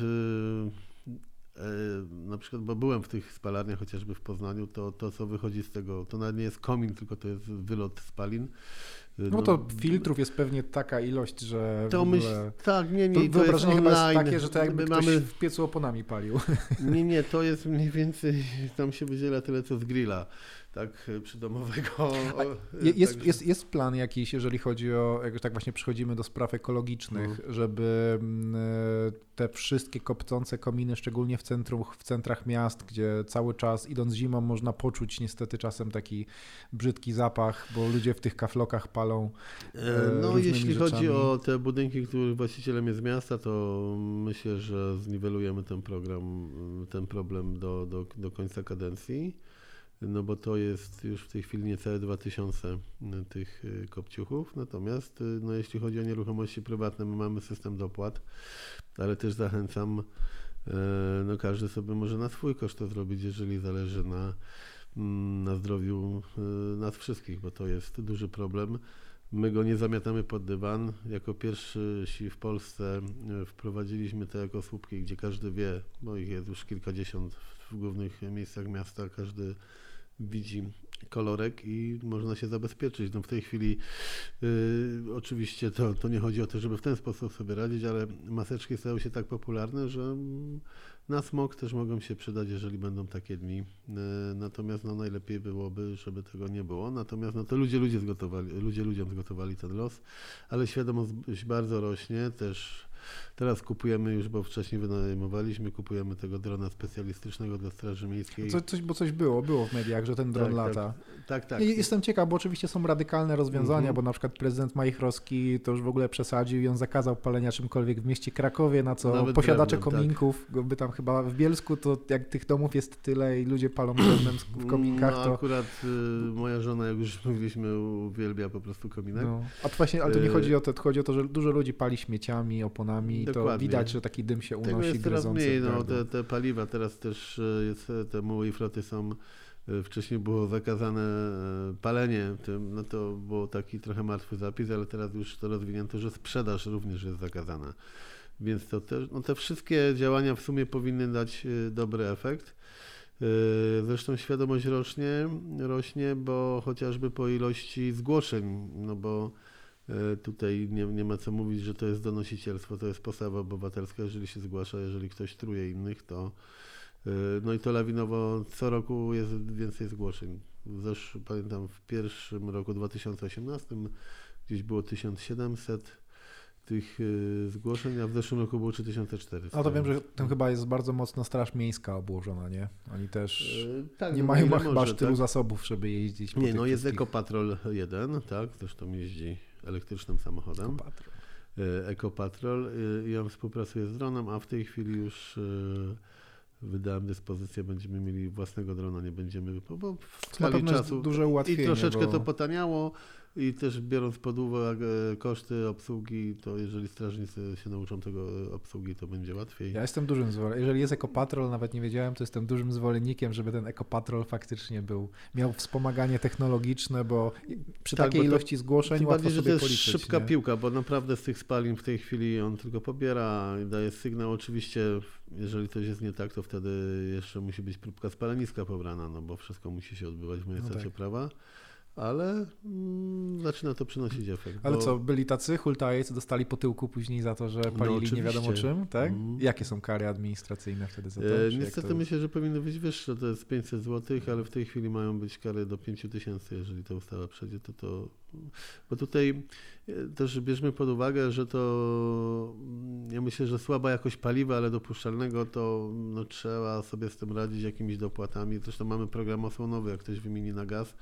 na przykład, bo byłem w tych spalarniach, chociażby w Poznaniu, to co wychodzi z tego, to nawet nie jest komin, tylko to jest wylot spalin. No to filtrów jest pewnie taka ilość, że to tak, nie, to wyobrażenie chyba jest takie, że to jakby ktoś w piecu oponami palił. Nie, to jest mniej więcej, tam się wydziela tyle co z grilla, tak, przydomowego. Jest plan jakiś, jeżeli chodzi o, jak tak właśnie przechodzimy do spraw ekologicznych, żeby te wszystkie kopcące kominy, szczególnie w centrach miast, gdzie cały czas idąc zimą można poczuć niestety czasem taki brzydki zapach, bo ludzie w tych kaflokach palą No jeśli rzeczami. chodzi o te budynki, których właścicielem jest miasta, to myślę, że zniwelujemy ten problem do końca kadencji. No bo to jest już w tej chwili niecałe 2000 tych kopciuchów, natomiast no jeśli chodzi o nieruchomości prywatne, my mamy system dopłat, ale też zachęcam, no każdy sobie może na swój koszt to zrobić, jeżeli zależy na zdrowiu nas wszystkich, bo to jest duży problem. My go nie zamiatamy pod dywan. Jako pierwsi w Polsce wprowadziliśmy te ekosłupki, gdzie każdy wie, bo ich jest już kilkadziesiąt w głównych miejscach miasta, każdy widzi kolorek i można się zabezpieczyć. No w tej chwili oczywiście to nie chodzi o to, żeby w ten sposób sobie radzić, ale maseczki stały się tak popularne, że na smog też mogą się przydać, jeżeli będą takie dni. Natomiast no, najlepiej byłoby, żeby tego nie było. Natomiast no, to ludzie ludziom zgotowali ten los, ale świadomość bardzo rośnie też. Teraz kupujemy już, bo wcześniej wynajmowaliśmy, kupujemy tego drona specjalistycznego dla Straży Miejskiej. Coś było w mediach, że ten dron lata. Tak. Jestem ciekaw, bo oczywiście są radykalne rozwiązania, bo na przykład prezydent Majchrowski to już w ogóle przesadził i on zakazał palenia czymkolwiek w mieście Krakowie, na co nawet posiadacze drewnem, kominków, by tam chyba w Bielsku, to jak tych domów jest tyle i ludzie palą drewnem w kominkach, to... Akurat moja żona, jak już mówiliśmy, uwielbia po prostu kominek. No. A to właśnie, ale to nie chodzi o to, chodzi o to, że dużo ludzi pali śmieciami, oponami, dokładnie. To widać, że taki dym się unosi. Tego jest coraz mniej, no, te paliwa teraz też te muły i floty są, wcześniej było zakazane palenie tym, no to było taki trochę martwy zapis, ale teraz już to rozwinięto, że sprzedaż również jest zakazana. Więc to też, no te wszystkie działania w sumie powinny dać dobry efekt. Zresztą świadomość rośnie, bo chociażby po ilości zgłoszeń, no bo tutaj nie ma co mówić, że to jest donosicielstwo, to jest postawa obywatelska, jeżeli się zgłasza, jeżeli ktoś truje innych, to no i to lawinowo co roku jest więcej zgłoszeń. Pamiętam w pierwszym roku 2018 gdzieś było 1700 tych zgłoszeń, a w zeszłym roku było 3400. No to wiem, że tym chyba jest bardzo mocno Straż Miejska obłożona, nie? Oni też nie mają chyba tylu zasobów, żeby jeździć. Nie, no jest Ekopatrol 1, tak, zresztą jeździ elektrycznym samochodem. Ekopatrol i on współpracuje z dronem, a w tej chwili już wydałem dyspozycję, będziemy mieli własnego drona, nie będziemy, bo w skali czasu duże ułatwienie, i troszeczkę to potaniało i też biorąc pod uwagę koszty obsługi, to jeżeli strażnicy się nauczą tego obsługi, to będzie łatwiej. Ja jestem dużym zwolennikiem, jeżeli jest Ekopatrol, nawet nie wiedziałem, to jestem dużym zwolennikiem, żeby ten Ekopatrol faktycznie miał wspomaganie technologiczne, bo przy takiej ilości zgłoszeń łatwo sobie policzyć. To jest szybka piłka, bo naprawdę z tych spalin w tej chwili on tylko pobiera i daje sygnał. Oczywiście, jeżeli coś jest nie tak, to wtedy jeszcze musi być próbka spaleniska pobrana, no bo wszystko musi się odbywać w majestacie prawa. Ale zaczyna to przynosić efekt. Ale co, byli tacy hultaje, co dostali po tyłku później za to, że palili nie wiadomo czym, tak? Jakie są kary administracyjne wtedy za to? Niestety myślę, że powinny być wyższe, to jest 500 zł, ale w tej chwili mają być kary do 5000, jeżeli ta ustawa przejdzie, to... Bo tutaj też bierzmy pod uwagę, że to Ja myślę, że słaba jakość paliwa, ale dopuszczalnego, to trzeba sobie z tym radzić jakimiś dopłatami. Zresztą mamy program osłonowy, jak ktoś wymieni na gaz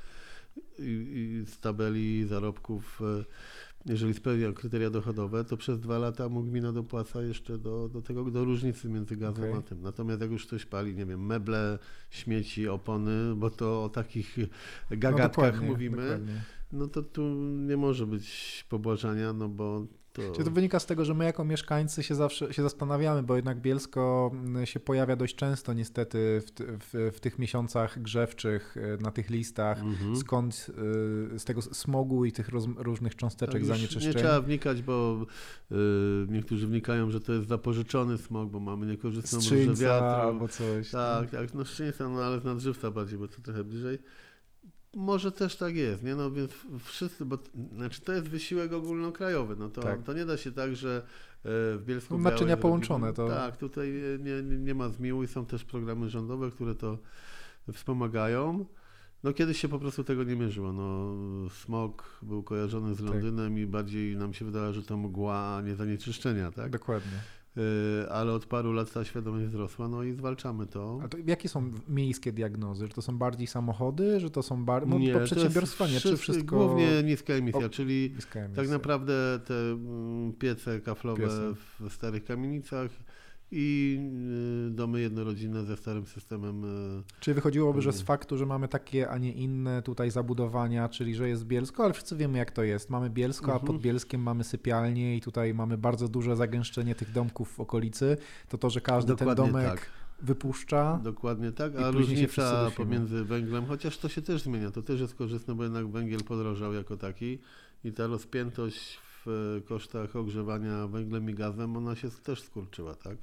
i z tabeli zarobków, jeżeli spełnia kryteria dochodowe, to przez 2 lata mu gmina dopłaca jeszcze do różnicy między gazem a tym. Natomiast jak już ktoś pali, nie wiem, meble, śmieci, opony, bo to o takich gagatkach mówimy, dokładnie. No to tu nie może być pobłażania, no bo Czyli to wynika z tego, że my jako mieszkańcy się zawsze się zastanawiamy, bo jednak Bielsko się pojawia dość często niestety w tych miesiącach grzewczych na tych listach, skąd z tego smogu i tych różnych cząsteczek zanieczyszczeń. Nie trzeba wnikać, bo niektórzy wnikają, że to jest zapożyczony smog, bo mamy niekorzystną różę wiatru. Albo coś. Tak, no Szczyńca, no ale z Nadżywca bardziej, bo to trochę bliżej. Może też tak jest, nie? No więc wszyscy, bo znaczy to jest wysiłek ogólnokrajowy, no to nie da się tak, że w Bielsku-Białej naczynia połączone to. Tak, tutaj nie ma zmiłu i są też programy rządowe, które to wspomagają. No kiedyś się po prostu tego nie mierzyło. No, smog był kojarzony z Londynem i bardziej nam się wydawało, że to mgła, a nie zanieczyszczenia, tak? Dokładnie. Ale od paru lat ta świadomość wzrosła, no i zwalczamy to. A to jakie są miejskie diagnozy? Że to są bardziej samochody, że to są nie, to przedsiębiorstwa, nie? Czy wszystko... Głównie niska emisja, czyli tak naprawdę te piece kaflowe w starych kamienicach i domy jednorodzinne ze starym systemem. Czyli wychodziłoby, że z faktu, że mamy takie, a nie inne tutaj zabudowania, czyli że jest Bielsko, ale wszyscy wiemy jak to jest. Mamy Bielsko, a pod Bielskiem mamy sypialnię i tutaj mamy bardzo duże zagęszczenie tych domków w okolicy. To, że każdy ten domek wypuszcza. Dokładnie tak, a różnica pomiędzy węglem, chociaż to się też zmienia, to też jest korzystne, bo jednak węgiel podrożał jako taki i ta rozpiętość w kosztach ogrzewania węglem i gazem, ona się też skurczyła, tak?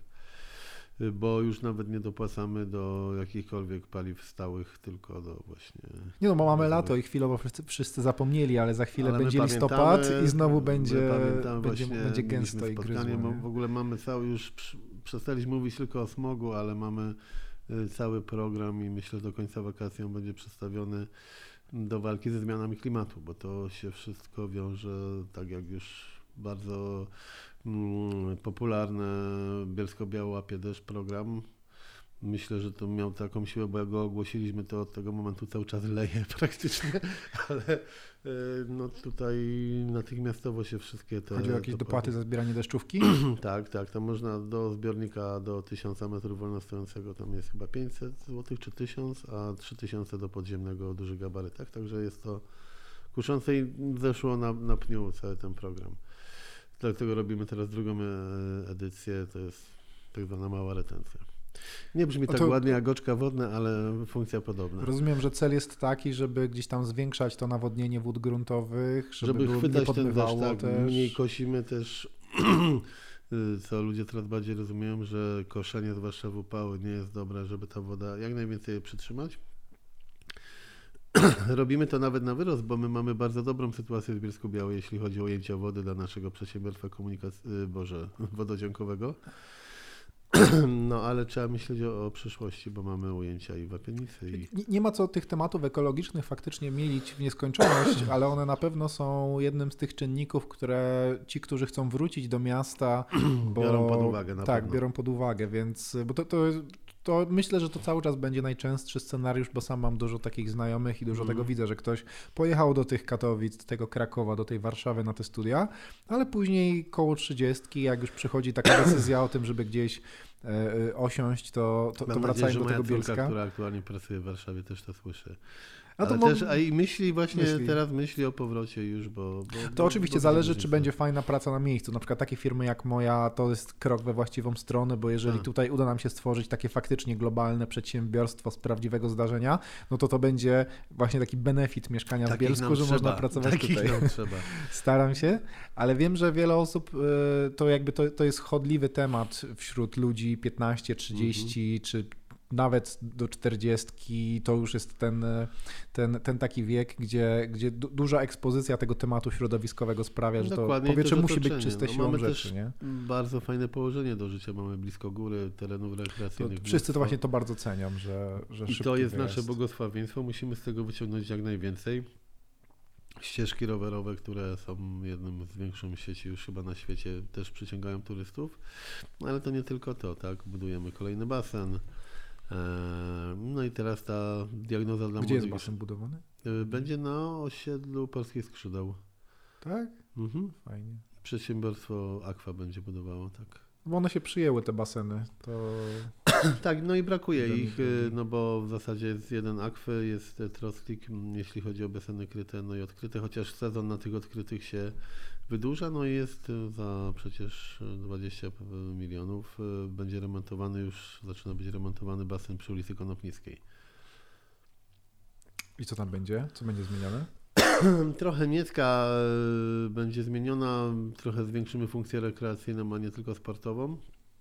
Bo już nawet nie dopłacamy do jakichkolwiek paliw stałych, tylko do właśnie... Nie no, bo mamy lato i chwilowo wszyscy zapomnieli, ale za chwilę będzie listopad i znowu będzie gęsto i gryzło. W ogóle mamy już przestaliśmy mówić tylko o smogu, ale mamy cały program i myślę, że do końca wakacji on będzie przedstawiony do walki ze zmianami klimatu, bo to się wszystko wiąże, tak jak już bardzo popularny Bielsko-Biała łapie deszcz program. Myślę, że to miał taką siłę, bo jak go ogłosiliśmy, to od tego momentu cały czas leje praktycznie, ale no tutaj natychmiastowo się wszystkie te... Chodzi o jakieś dopłaty za zbieranie deszczówki? Tak, tam można do zbiornika do 1000 metrów wolnostojącego, tam jest chyba 500 zł czy 1000, a 3000 do podziemnego o dużych gabarytach, także jest to kuszące i zeszło na pniu cały ten program. Dlatego robimy teraz drugą edycję, to jest tak zwana mała retencja. Nie brzmi tak ładnie jak goczka wodne, ale funkcja podobna. Rozumiem, że cel jest taki, żeby gdzieś tam zwiększać to nawodnienie wód gruntowych, żeby chwytać ten deszcz, tak, mniej kosimy też, co ludzie coraz bardziej rozumieją, że koszenie, zwłaszcza w upały, nie jest dobre, żeby ta woda jak najwięcej je przytrzymać. Robimy to nawet na wyrost, bo my mamy bardzo dobrą sytuację w Bielsku-Białej, jeśli chodzi o ujęcie wody dla naszego przedsiębiorstwa wododziąkowego. No ale trzeba myśleć o przyszłości, bo mamy ujęcia i w Wapienicy. Nie ma co tych tematów ekologicznych faktycznie mielić w nieskończoność, ale one na pewno są jednym z tych czynników, które ci, którzy chcą wrócić do miasta, biorą pod uwagę na pewno. Biorą pod uwagę, więc bo to myślę, że to cały czas będzie najczęstszy scenariusz, bo sam mam dużo takich znajomych i dużo tego widzę, że ktoś pojechał do tych Katowic, do tego Krakowa, do tej Warszawy na te studia, ale później koło 30, jak już przychodzi taka decyzja o tym, żeby gdzieś osiąść, to wracają do tego Bielska. Córka, która aktualnie pracuje w Warszawie, też to słyszy. A i teraz myśli o powrocie już, bo to oczywiście zależy, czy będzie fajna praca na miejscu. Na przykład takie firmy jak moja, to jest krok we właściwą stronę, bo jeżeli tutaj uda nam się stworzyć takie faktycznie globalne przedsiębiorstwo z prawdziwego zdarzenia, no to będzie właśnie taki benefit mieszkania w Bielsku, że można pracować tutaj. Staram się, ale wiem, że wiele osób, to jest chodliwy temat wśród ludzi 15, 30 czy nawet do 40 to już jest ten taki wiek, gdzie duża ekspozycja tego tematu środowiskowego sprawia, że to powietrze musi być czyste siłą rzeczy. Nie? Bardzo fajne położenie do życia. Mamy blisko góry, terenów rekreacyjnych. Wszyscy to właśnie to bardzo cenią, że i to jest nasze błogosławieństwo. Musimy z tego wyciągnąć jak najwięcej. ścieżki rowerowe, które są jednym z większych sieci już chyba na świecie, też przyciągają turystów. Ale to nie tylko to, tak? Budujemy kolejny basen. No i teraz ta diagnoza dla Gdzie jest młodych basen budowany? będzie na osiedlu Polskich Skrzydeł. Tak? Mhm. Fajnie. Przedsiębiorstwo Aqua będzie budowało, tak. Bo one się przyjęły, te baseny. To... Tak, no i brakuje Jeden ich, drugi. no bo w zasadzie jest jeden Aquy, jest Trostlik, jeśli chodzi o baseny kryte, no i odkryte, chociaż sezon na tych odkrytych się wydłuża, no i jest za przecież 20 milionów, będzie remontowany już, zaczyna być remontowany basen przy ulicy Konopnickiej. I co tam będzie? Co będzie zmienione? Trochę niecka będzie zmieniona, trochę zwiększymy funkcję rekreacyjną, a nie tylko sportową.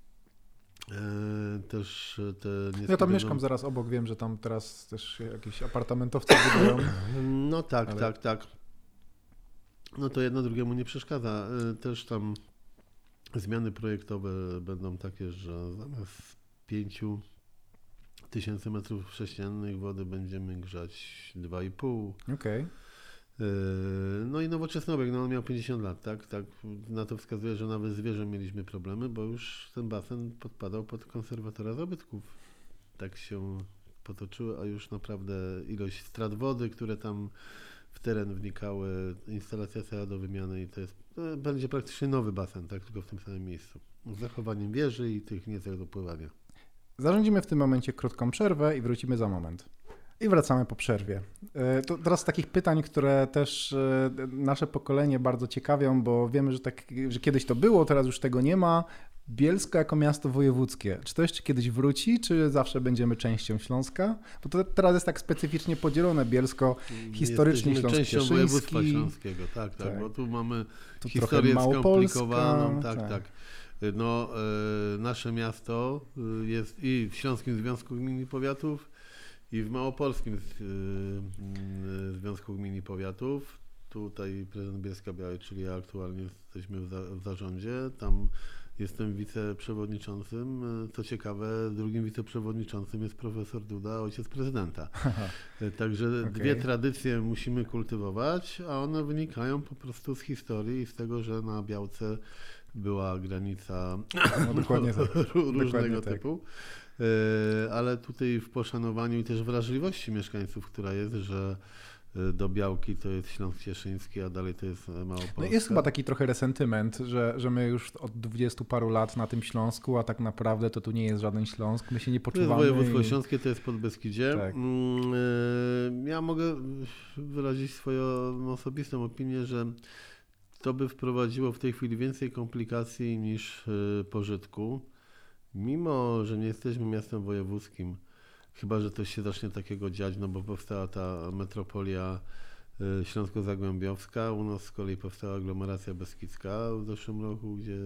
Też te Ja tam mieszkam zaraz obok, wiem, że tam teraz też jakieś apartamentowce budują. No tak, ale... tak. No to jedno drugiemu nie przeszkadza. Też tam zmiany projektowe będą takie, że zamiast 5000 metrów sześciennych wody będziemy grzać 2,5. Okej. No i nowoczesny obiekt, no on miał 50 lat, tak? Na to wskazuje, że nawet z wieżą mieliśmy problemy, bo już ten basen podpadał pod konserwatora zabytków. Tak się potoczyły, a już naprawdę ilość strat wody, które tam w teren wnikały, instalacja cała do wymiany i będzie praktycznie nowy basen, tak? Tylko w tym samym miejscu. Z zachowaniem wieży i tych niecek do pływania. Zarządzimy w tym momencie krótką przerwę i wrócimy za moment. I wracamy po przerwie. To teraz z takich pytań, które też nasze pokolenie bardzo ciekawią, bo wiemy, że kiedyś to było, teraz już tego nie ma. Bielsko jako miasto wojewódzkie. Czy to jeszcze kiedyś wróci, czy zawsze będziemy częścią Śląska? Bo to teraz jest tak specyficznie podzielone. Bielsko historycznie częścią województwa śląsko-cieszyński. śląskiego, tak, bo tu mamy Tu historię Małopolska, skomplikowaną, tak. No, nasze miasto jest i w Śląskim Związku Gmin i Powiatów, i w Małopolskim Związku Gmin i Powiatów. Tutaj prezydent Bielska-Białej, czyli ja aktualnie jesteśmy w zarządzie. Tam jestem wiceprzewodniczącym. Co ciekawe, drugim wiceprzewodniczącym jest profesor Duda, ojciec prezydenta. Także dwie tradycje musimy kultywować, a one wynikają po prostu z historii i z tego, że na Białce była granica Dokładnie tak. różnego typu. Ale tutaj w poszanowaniu i też wrażliwości mieszkańców, która jest, że do Białki to jest Śląsk Cieszyński, a dalej to jest Małopolska. No jest chyba taki trochę resentyment, że my już od 20 paru lat na tym Śląsku, a tak naprawdę to tu nie jest żaden Śląsk, my się nie poczuwamy. To jest województwo śląskie, to jest Podbeskidzie. Tak. Ja mogę wyrazić swoją osobistą opinię, że to by wprowadziło w tej chwili więcej komplikacji niż pożytku. Mimo, że nie jesteśmy miastem wojewódzkim, chyba że coś się zacznie takiego dziać, no bo powstała ta metropolia śląsko-zagłębiowska, u nas z kolei powstała aglomeracja beskidzka w zeszłym roku, gdzie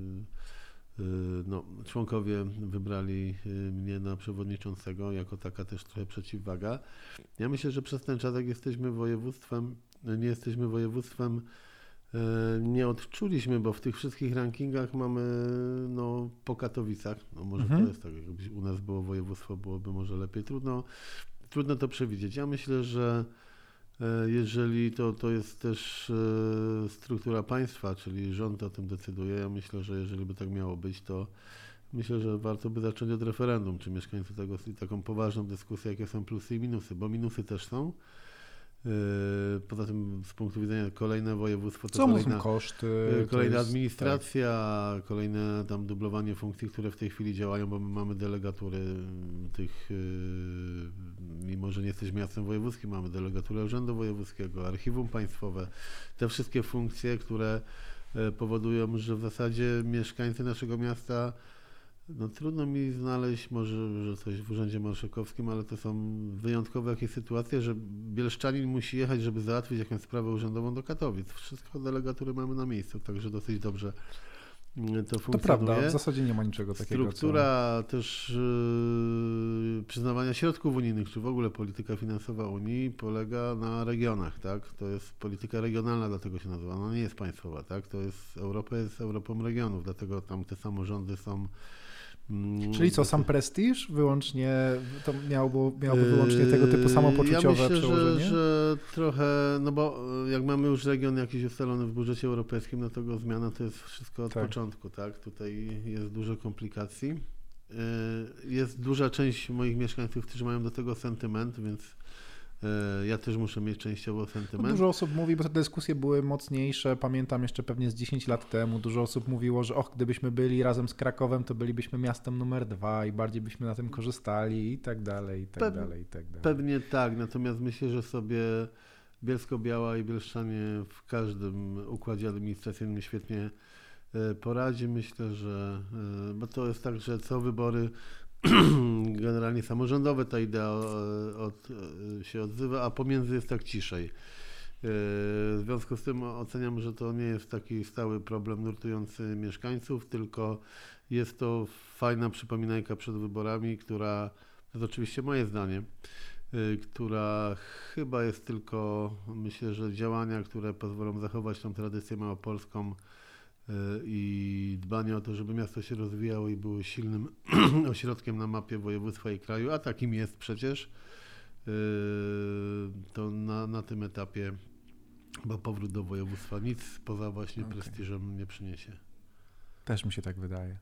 członkowie wybrali mnie na przewodniczącego, jako taka też trochę przeciwwaga. Ja myślę, że przez ten czas, jak nie jesteśmy województwem, nie odczuliśmy, bo w tych wszystkich rankingach mamy po Katowicach, może to jest tak, jakby u nas było województwo, byłoby może lepiej, trudno to przewidzieć. Ja myślę, że jeżeli to jest też struktura państwa, czyli rząd o tym decyduje, ja myślę, że jeżeli by tak miało być, to myślę, że warto by zacząć od referendum, czy mieszkańcy tego, taką poważną dyskusję, jakie są plusy i minusy, bo minusy też są. Poza tym z punktu widzenia kolejne województwo to są koszty, kolejna administracja, kolejne tam dublowanie funkcji, które w tej chwili działają, bo my mamy delegatury tych, mimo że nie jesteśmy miastem wojewódzkim, mamy delegaturę Urzędu Wojewódzkiego, Archiwum Państwowe, te wszystkie funkcje, które powodują, że w zasadzie mieszkańcy naszego miasta, trudno mi znaleźć może, że coś w Urzędzie Marszałkowskim, ale to są wyjątkowe jakieś sytuacje, że bielszczanin musi jechać, żeby załatwić jakąś sprawę urzędową do Katowic. Wszystko delegatury mamy na miejscu, także dosyć dobrze to funkcjonuje. To prawda, w zasadzie nie ma niczego takiego. Struktura też przyznawania środków unijnych, czy w ogóle polityka finansowa Unii polega na regionach, tak? To jest polityka regionalna, dlatego się nazywa. Ona nie jest państwowa, tak? Europa jest Europą regionów, dlatego tam te samorządy są Czyli co, sam prestiż wyłącznie, to miałoby wyłącznie tego typu samopoczuciowe przełożenie? Ja myślę, że trochę, no bo jak mamy już region jakiś ustalony w budżecie europejskim, no to go zmiana to jest wszystko od początku, tak? Tutaj jest dużo komplikacji. Jest duża część moich mieszkańców, którzy mają do tego sentyment, więc ja też muszę mieć częściowo sentyment. No dużo osób mówi, bo te dyskusje były mocniejsze, pamiętam jeszcze pewnie z 10 lat temu, dużo osób mówiło, że gdybyśmy byli razem z Krakowem, to bylibyśmy miastem numer 2 i bardziej byśmy na tym korzystali i tak dalej, i tak dalej, i tak dalej. Pewnie tak, natomiast myślę, że sobie Bielsko-Biała i Bielszczanie w każdym układzie administracyjnym świetnie poradzi. Myślę, że, bo to jest tak, że co wybory generalnie samorządowe ta idea się odzywa, a pomiędzy jest tak ciszej. W związku z tym oceniam, że to nie jest taki stały problem nurtujący mieszkańców, tylko jest to fajna przypominajka przed wyborami, która, to jest oczywiście moje zdanie, która chyba jest tylko, myślę, że działania, które pozwolą zachować tą tradycję małopolską i dbanie o to, żeby miasto się rozwijało i było silnym ośrodkiem na mapie województwa i kraju, a takim jest przecież, to na tym etapie bo powrót do województwa nic poza właśnie prestiżem nie przyniesie. Też mi się tak wydaje.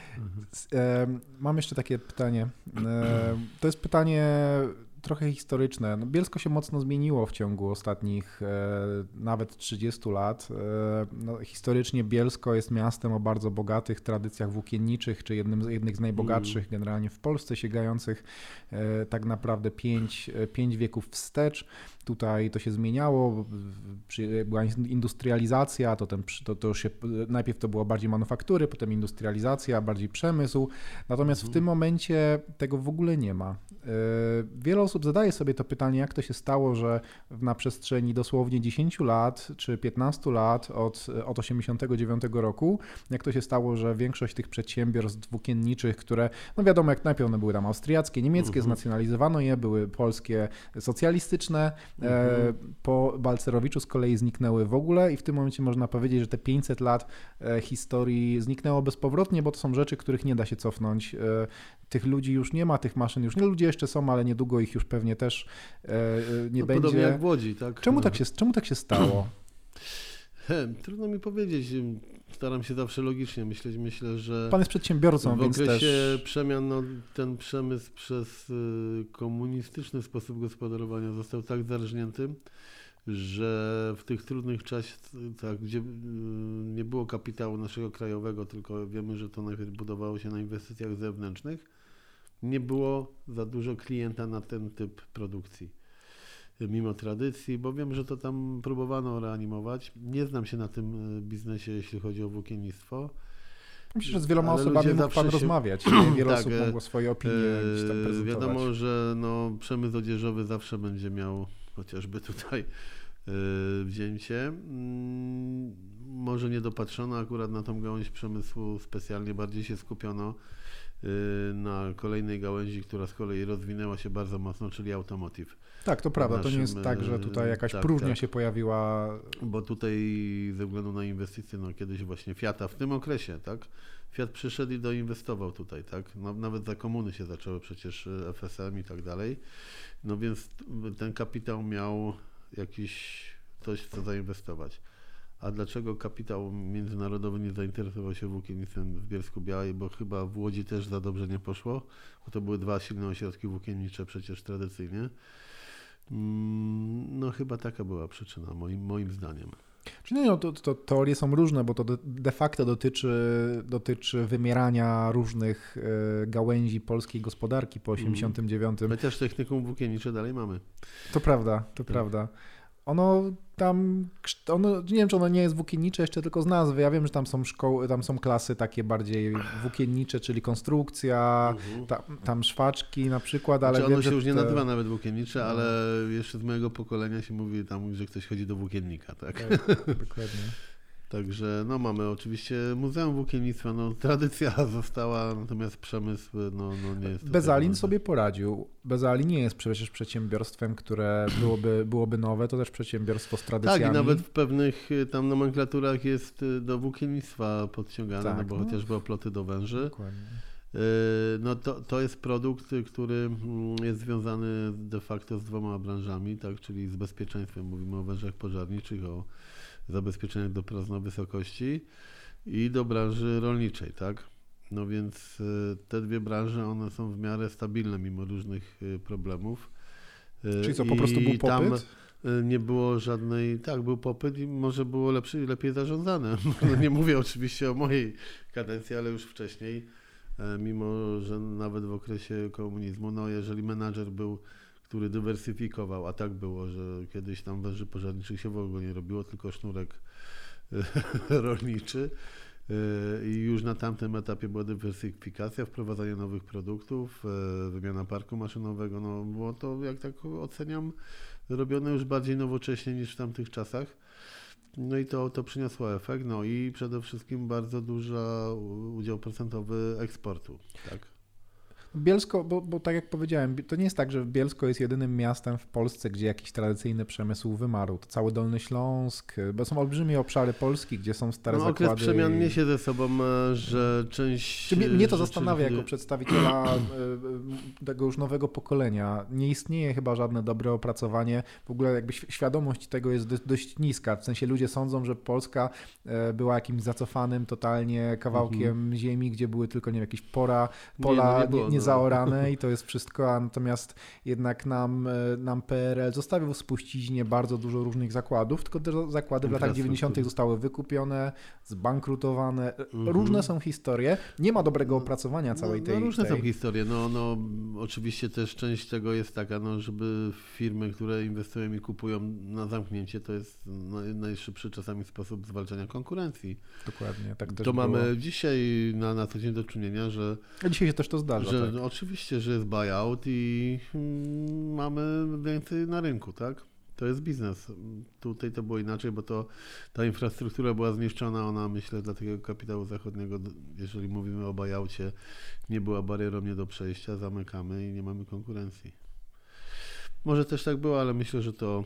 Mam jeszcze takie pytanie. To jest pytanie trochę historyczne. No, Bielsko się mocno zmieniło w ciągu ostatnich nawet 30 lat. No, historycznie Bielsko jest miastem o bardzo bogatych tradycjach włókienniczych, czy jednych z najbogatszych generalnie w Polsce, sięgających tak naprawdę 5 wieków wstecz. Tutaj to się zmieniało, była industrializacja, to już się, najpierw to było bardziej manufaktury, potem industrializacja, bardziej przemysł, natomiast w tym momencie tego w ogóle nie ma. Wiele osób zadaje sobie to pytanie, jak to się stało, że na przestrzeni dosłownie 10 lat czy 15 lat od 1989 roku, jak to się stało, że większość tych przedsiębiorstw włókienniczych, które, no wiadomo, jak najpierw one były tam austriackie, niemieckie, znacjonalizowano je, były polskie socjalistyczne, po Balcerowiczu z kolei zniknęły w ogóle i w tym momencie można powiedzieć, że te 500 lat historii zniknęło bezpowrotnie, bo to są rzeczy, których nie da się cofnąć. Tych ludzi już nie ma, tych maszyn już nie, ludzie jeszcze są, ale niedługo ich już pewnie też nie będzie. Podobnie jak w Łodzi, tak? Czemu tak się stało? Trudno mi powiedzieć. Staram się zawsze logicznie myśleć. Myślę, że pan jest przedsiębiorcą, więc też... W okresie przemian ten przemysł przez komunistyczny sposób gospodarowania został tak zarżnięty, że w tych trudnych czasach, gdzie nie było kapitału naszego krajowego, tylko wiemy, że to najpierw budowało się na inwestycjach zewnętrznych, nie było za dużo klienta na ten typ produkcji. Mimo tradycji, bo wiem, że to tam próbowano reanimować. Nie znam się na tym biznesie, jeśli chodzi o włókiennictwo. Myślę, że z wieloma osobami mógł pan rozmawiać. Wiele osób mogło swoje opinie gdzieś tam prezentować. Wiadomo, że przemysł odzieżowy zawsze będzie miał chociażby tutaj wzięcie. Może nie dopatrzono akurat na tą gałąź przemysłu specjalnie, bardziej się skupiono na kolejnej gałęzi, która z kolei rozwinęła się bardzo mocno, czyli automotive. Tak, to prawda. To nie jest tak, że tutaj jakaś próżnia się pojawiła. Bo tutaj ze względu na inwestycje, kiedyś właśnie Fiata w tym okresie, tak? Fiat przyszedł i doinwestował tutaj, tak? Nawet za komuny się zaczęły przecież FSM i tak dalej. No więc ten kapitał miał jakiś coś, co zainwestować. A dlaczego kapitał międzynarodowy nie zainteresował się włókiennictwem w Bielsku-Białej, bo chyba w Łodzi też za dobrze nie poszło, bo to były dwa silne ośrodki włókiennicze przecież tradycyjnie. No chyba taka była przyczyna, moim zdaniem. Czyli to teorie są różne, bo to de facto dotyczy wymierania różnych gałęzi polskiej gospodarki po 89. Chociaż technikum włókiennicze dalej mamy. To prawda, to prawda. Ono, nie wiem, czy ono nie jest włókiennicze jeszcze tylko z nazwy. Ja wiem, że tam są szkoły, tam są klasy takie bardziej włókiennicze, czyli konstrukcja, tam szwaczki na przykład, ale ono się już nie nazywa nawet włókiennicze, ale jeszcze z mojego pokolenia się mówi tam, że ktoś chodzi do włókiennika, tak? Dokładnie. Także mamy oczywiście Muzeum Włókiennictwa, tradycja została, natomiast przemysł nie jest. Bezalin sobie poradził. Bezalin nie jest przecież przedsiębiorstwem, które byłoby nowe, to też przedsiębiorstwo z tradycjami. Tak, i nawet w pewnych tam nomenklaturach jest do włókiennictwa podciągane, bo chociażby oploty do węży. Dokładnie. No to jest produkt, który jest związany de facto z 2 branżami, tak, czyli z bezpieczeństwem. Mówimy o wężach pożarniczych, o zabezpieczeniach do na wysokości i do branży rolniczej, tak. No więc te 2 branże, one są w miarę stabilne mimo różnych problemów. Czyli co, po prostu był popyt? Tam nie było żadnej, tak, był popyt i może było lepiej zarządzane. No nie mówię oczywiście o mojej kadencji, ale już wcześniej, mimo że nawet w okresie komunizmu, no jeżeli menadżer był, który dywersyfikował, a tak było, że kiedyś tam węży pożarniczych się w ogóle nie robiło, tylko sznurek rolniczy, i już na tamtym etapie była dywersyfikacja, wprowadzanie nowych produktów, wymiana parku maszynowego, no było to, jak tak oceniam, robione już bardziej nowocześnie niż w tamtych czasach. No i to przyniosło efekt, no i przede wszystkim bardzo duży udział procentowy eksportu, tak. Bielsko, bo tak jak powiedziałem, to nie jest tak, że Bielsko jest jedynym miastem w Polsce, gdzie jakiś tradycyjny przemysł wymarł. To cały Dolny Śląsk, bo są olbrzymie obszary Polski, gdzie są stare zakłady. Okres przemian niesie ze sobą, że część... Mnie to zastanawia jako przedstawiciela tego już nowego pokolenia. Nie istnieje chyba żadne dobre opracowanie. W ogóle jakby świadomość tego jest dość niska. W sensie ludzie sądzą, że Polska była jakimś zacofanym totalnie kawałkiem ziemi, gdzie były tylko, nie wiem, jakieś pola nie zaorane i to jest wszystko, a natomiast jednak nam PRL zostawił w spuściźnie bardzo dużo różnych zakładów, tylko te zakłady w latach 90. zostały wykupione, zbankrutowane. Różne są historie. Nie ma dobrego opracowania całej tej... Różne są historie. No, oczywiście też część tego jest taka, żeby firmy, które inwestują i kupują na zamknięcie, to jest najszybszy czasami sposób zwalczania konkurencji. Dokładnie. Tak też to było. mamy dzisiaj na co dzień do czynienia, że... A dzisiaj się też to zdarza. Tak. No, oczywiście, że jest buyout i mamy więcej na rynku, tak? To jest biznes. Tutaj to było inaczej, bo ta infrastruktura była zniszczona, ona, myślę, dla tego kapitału zachodniego, jeżeli mówimy o buyoutie, nie była barierą nie do przejścia, zamykamy i nie mamy konkurencji. Może też tak było, ale myślę, że to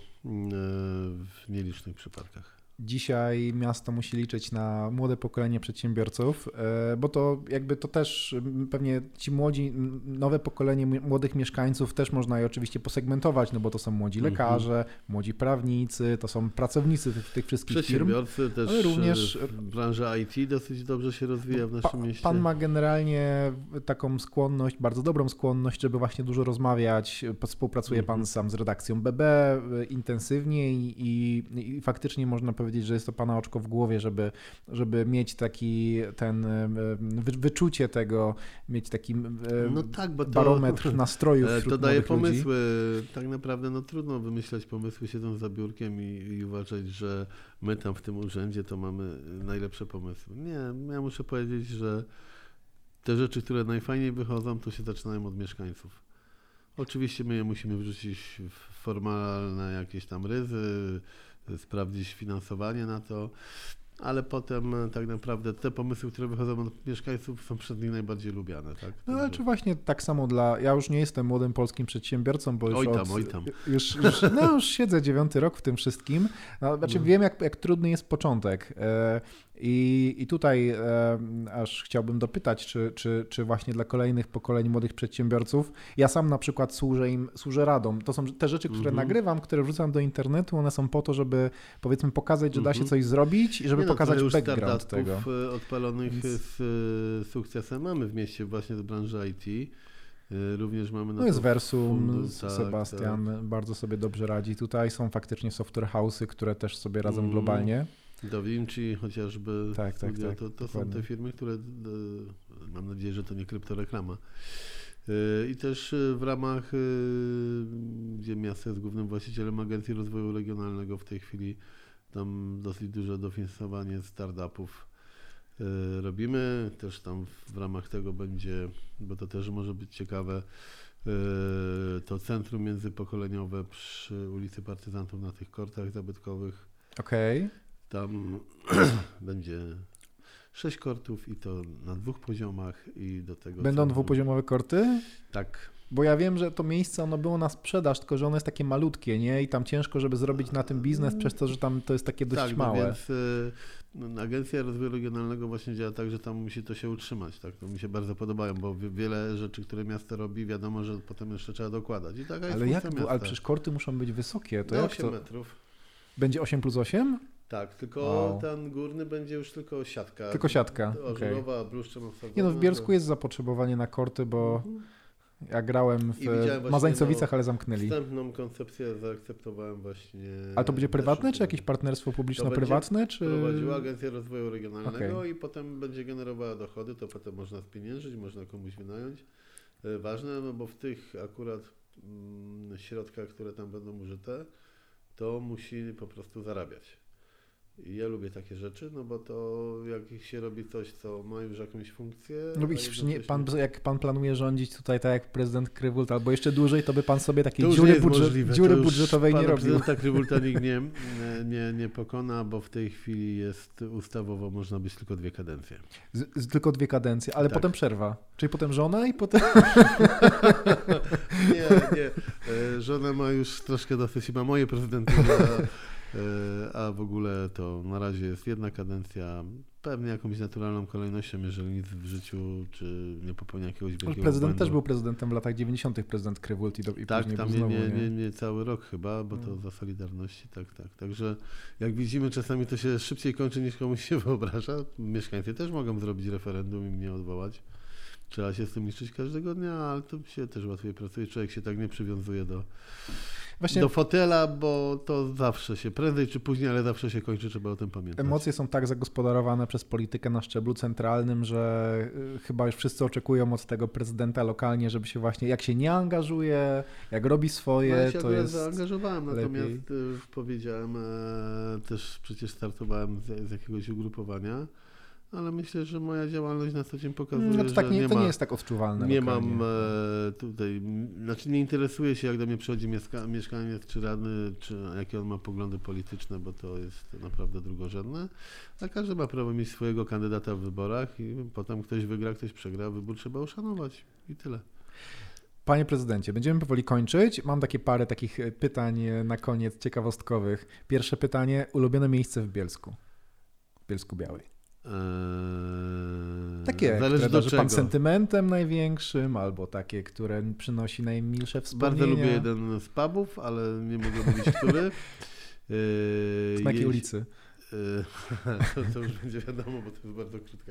w nielicznych przypadkach. Dzisiaj miasto musi liczyć na młode pokolenie przedsiębiorców, bo to jakby to też pewnie ci młodzi, nowe pokolenie młodych mieszkańców też można je oczywiście posegmentować, no bo to są młodzi lekarze, młodzi prawnicy, to są pracownicy tych wszystkich firm. Przedsiębiorcy też, ale również branża IT dosyć dobrze się rozwija w naszym mieście. Pan ma generalnie taką skłonność, bardzo dobrą skłonność, żeby właśnie dużo rozmawiać. Współpracuje pan sam z redakcją BB intensywnie i faktycznie można powiedzieć, że jest to pana oczko w głowie, żeby mieć taki wyczucie tego, mieć taki barometr nastrojów wśród to daje pomysły. Ludzi. Tak naprawdę trudno wymyślać pomysły siedząc za biurkiem i uważać, że my tam w tym urzędzie to mamy najlepsze pomysły. Nie, ja muszę powiedzieć, że te rzeczy, które najfajniej wychodzą, to się zaczynają od mieszkańców. Oczywiście my je musimy wrzucić w formalne jakieś tam ryzy, sprawdzić finansowanie na to, ale potem tak naprawdę te pomysły, które wychodzą od mieszkańców, są przez nich najbardziej lubiane. Tak? No ale czy właśnie tak samo ja już nie jestem młodym polskim przedsiębiorcą, bo już siedzę 9. rok w tym wszystkim. Znaczy wiem, jak trudny jest początek. I tutaj aż chciałbym dopytać, czy właśnie dla kolejnych pokoleń młodych przedsiębiorców, ja sam na przykład służę radą. To są te rzeczy, które nagrywam, które wrzucam do internetu, one są po to, żeby powiedzmy pokazać, że da się coś zrobić i żeby pokazać background tego. Odpalonych z sukcesem mamy w mieście właśnie z branży IT. Również mamy no jest Versum, Sebastian bardzo sobie dobrze radzi. Tutaj są faktycznie software house'y, które też sobie radzą globalnie. DaVinci chociażby, tak, to są te firmy, które mam nadzieję, że to nie kryptoreklama. I też w ramach, gdzie miasto jest głównym właścicielem Agencji Rozwoju Regionalnego w tej chwili, tam dosyć duże dofinansowanie startupów robimy. Też tam w ramach tego będzie, bo to też może być ciekawe, to centrum międzypokoleniowe przy ulicy Partyzantów na tych kortach zabytkowych. Okej. Tam będzie 6 kortów i to na 2 poziomach i do tego... Będą dwupoziomowe korty? Tak. Bo ja wiem, że to miejsce ono było na sprzedaż, tylko że ono jest takie malutkie, nie? I tam ciężko, żeby zrobić na tym biznes, przez to, że tam to jest takie dość małe. Tak, więc Agencja Rozwoju Regionalnego właśnie działa tak, że tam musi to się utrzymać. Tak? To mi się bardzo podobają, bo wiele rzeczy, które miasto robi, wiadomo, że potem jeszcze trzeba dokładać. I taka ale jest ale przecież korty muszą być wysokie. To no jak 8 to? metrów. Będzie 8+8? Tak, tylko wow. ten górny będzie już tylko siatka. Tylko siatka, Ażurowa, bluszczem obsadzona. Nie no, w Bielsku jest zapotrzebowanie na korty, bo ja grałem w Mazańcowicach, ale zamknęli. Wstępną koncepcję zaakceptowałem właśnie. Ale to będzie prywatne, czy jakieś partnerstwo publiczno-prywatne? Czy... Prowadziła Agencja Rozwoju Regionalnego i potem będzie generowała dochody, to potem można spieniężyć, można komuś wynająć. Ważne, no bo w tych akurat środkach, które tam będą użyte, to musi po prostu zarabiać. I ja lubię takie rzeczy, no bo to jak się robi coś, co ma już jakąś funkcję... No jak pan planuje rządzić tutaj tak jak prezydent Krywult albo jeszcze dłużej, to by pan sobie takiej dziury budżetowej nie robił. Prezydenta Krywulta nikt nie pokona, bo w tej chwili jest ustawowo można być tylko 2 kadencje. Tylko 2 kadencje, ale potem przerwa. Czyli potem żona i potem... Nie. Żona ma już troszkę dosyć, ma moje prezydenty, a w ogóle to na razie jest 1 kadencja, pewnie jakąś naturalną kolejnością, jeżeli nic w życiu, czy nie popełnia jakiegoś wielkiego Prezydent błędu. też był prezydentem w latach 90., prezydent Krywult i tak, później tam był znowu, nie cały rok chyba, bo to za Solidarności, tak. Także jak widzimy, czasami to się szybciej kończy niż komuś się wyobraża. Mieszkańcy też mogą zrobić referendum i mnie odwołać. Trzeba się z tym liczyć każdego dnia, ale to się też łatwiej pracuje. Człowiek się tak nie przywiązuje do fotela, bo to zawsze się, prędzej czy później, ale zawsze się kończy, trzeba o tym pamiętać. Emocje są tak zagospodarowane przez politykę na szczeblu centralnym, że chyba już wszyscy oczekują od tego prezydenta lokalnie, żeby się właśnie, jak się nie angażuje, jak robi swoje, ja się to jest zaangażowałem, natomiast lepiej. powiedziałem, też przecież startowałem z jakiegoś ugrupowania, ale myślę, że moja działalność na co dzień pokazuje, no to tak że nie jest tak odczuwalne. Nie lokalnie. mam tutaj, znaczy nie interesuje się, jak do mnie przychodzi mieszkaniec czy radny, czy jakie on ma poglądy polityczne, bo to jest naprawdę drugorzędne. A każdy ma prawo mieć swojego kandydata w wyborach i potem ktoś wygra, ktoś przegra, wybór trzeba uszanować i tyle. Panie prezydencie, będziemy powoli kończyć. Mam parę takich pytań na koniec ciekawostkowych. Pierwsze pytanie, ulubione miejsce w Bielsku Białej. Takie, które darzy pan sentymentem największym, albo takie, które przynosi najmilsze wspomnienia. Bardzo lubię jeden z pubów, ale nie mogę mówić, który. Z jakiej ulicy? To już będzie wiadomo, bo to jest bardzo krótka.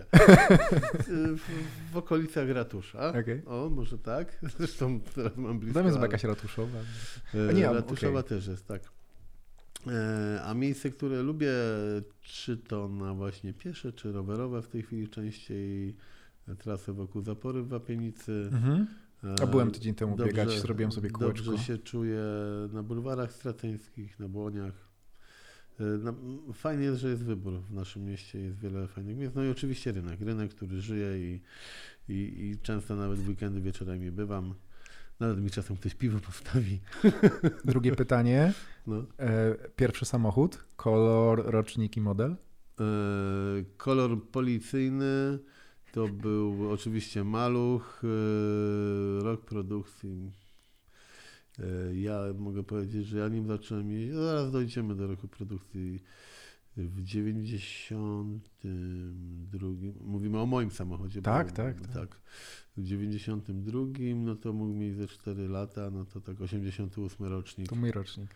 W okolicach ratusza. Okay. O, może tak. Zresztą teraz mam blisko. Tam jest jakaś ratuszowa. Ratuszowa też jest, tak. A miejsce, które lubię, czy to na właśnie piesze, czy rowerowe, w tej chwili częściej trasę wokół Zapory w Wapienicy. A byłem tydzień temu biegać, zrobiłem sobie kółeczko. Dobrze się czuję na bulwarach straceńskich, na Błoniach. Fajnie jest, że jest wybór w naszym mieście, jest wiele fajnych miejsc. No i oczywiście rynek, który żyje i często nawet w weekendy wieczorami bywam. Nawet mi czasem ktoś piwo postawi. Drugie pytanie. No. Pierwszy samochód, kolor, rocznik i model? Kolor policyjny to był oczywiście Maluch, rok produkcji. Ja mogę powiedzieć, że ja nim zacząłem jeździć, zaraz dojdziemy do roku produkcji w 92. Mówimy o moim samochodzie. Tak. W 92, no to mógł mieć ze 4 lata, no to tak 88 rocznik. To mój rocznik.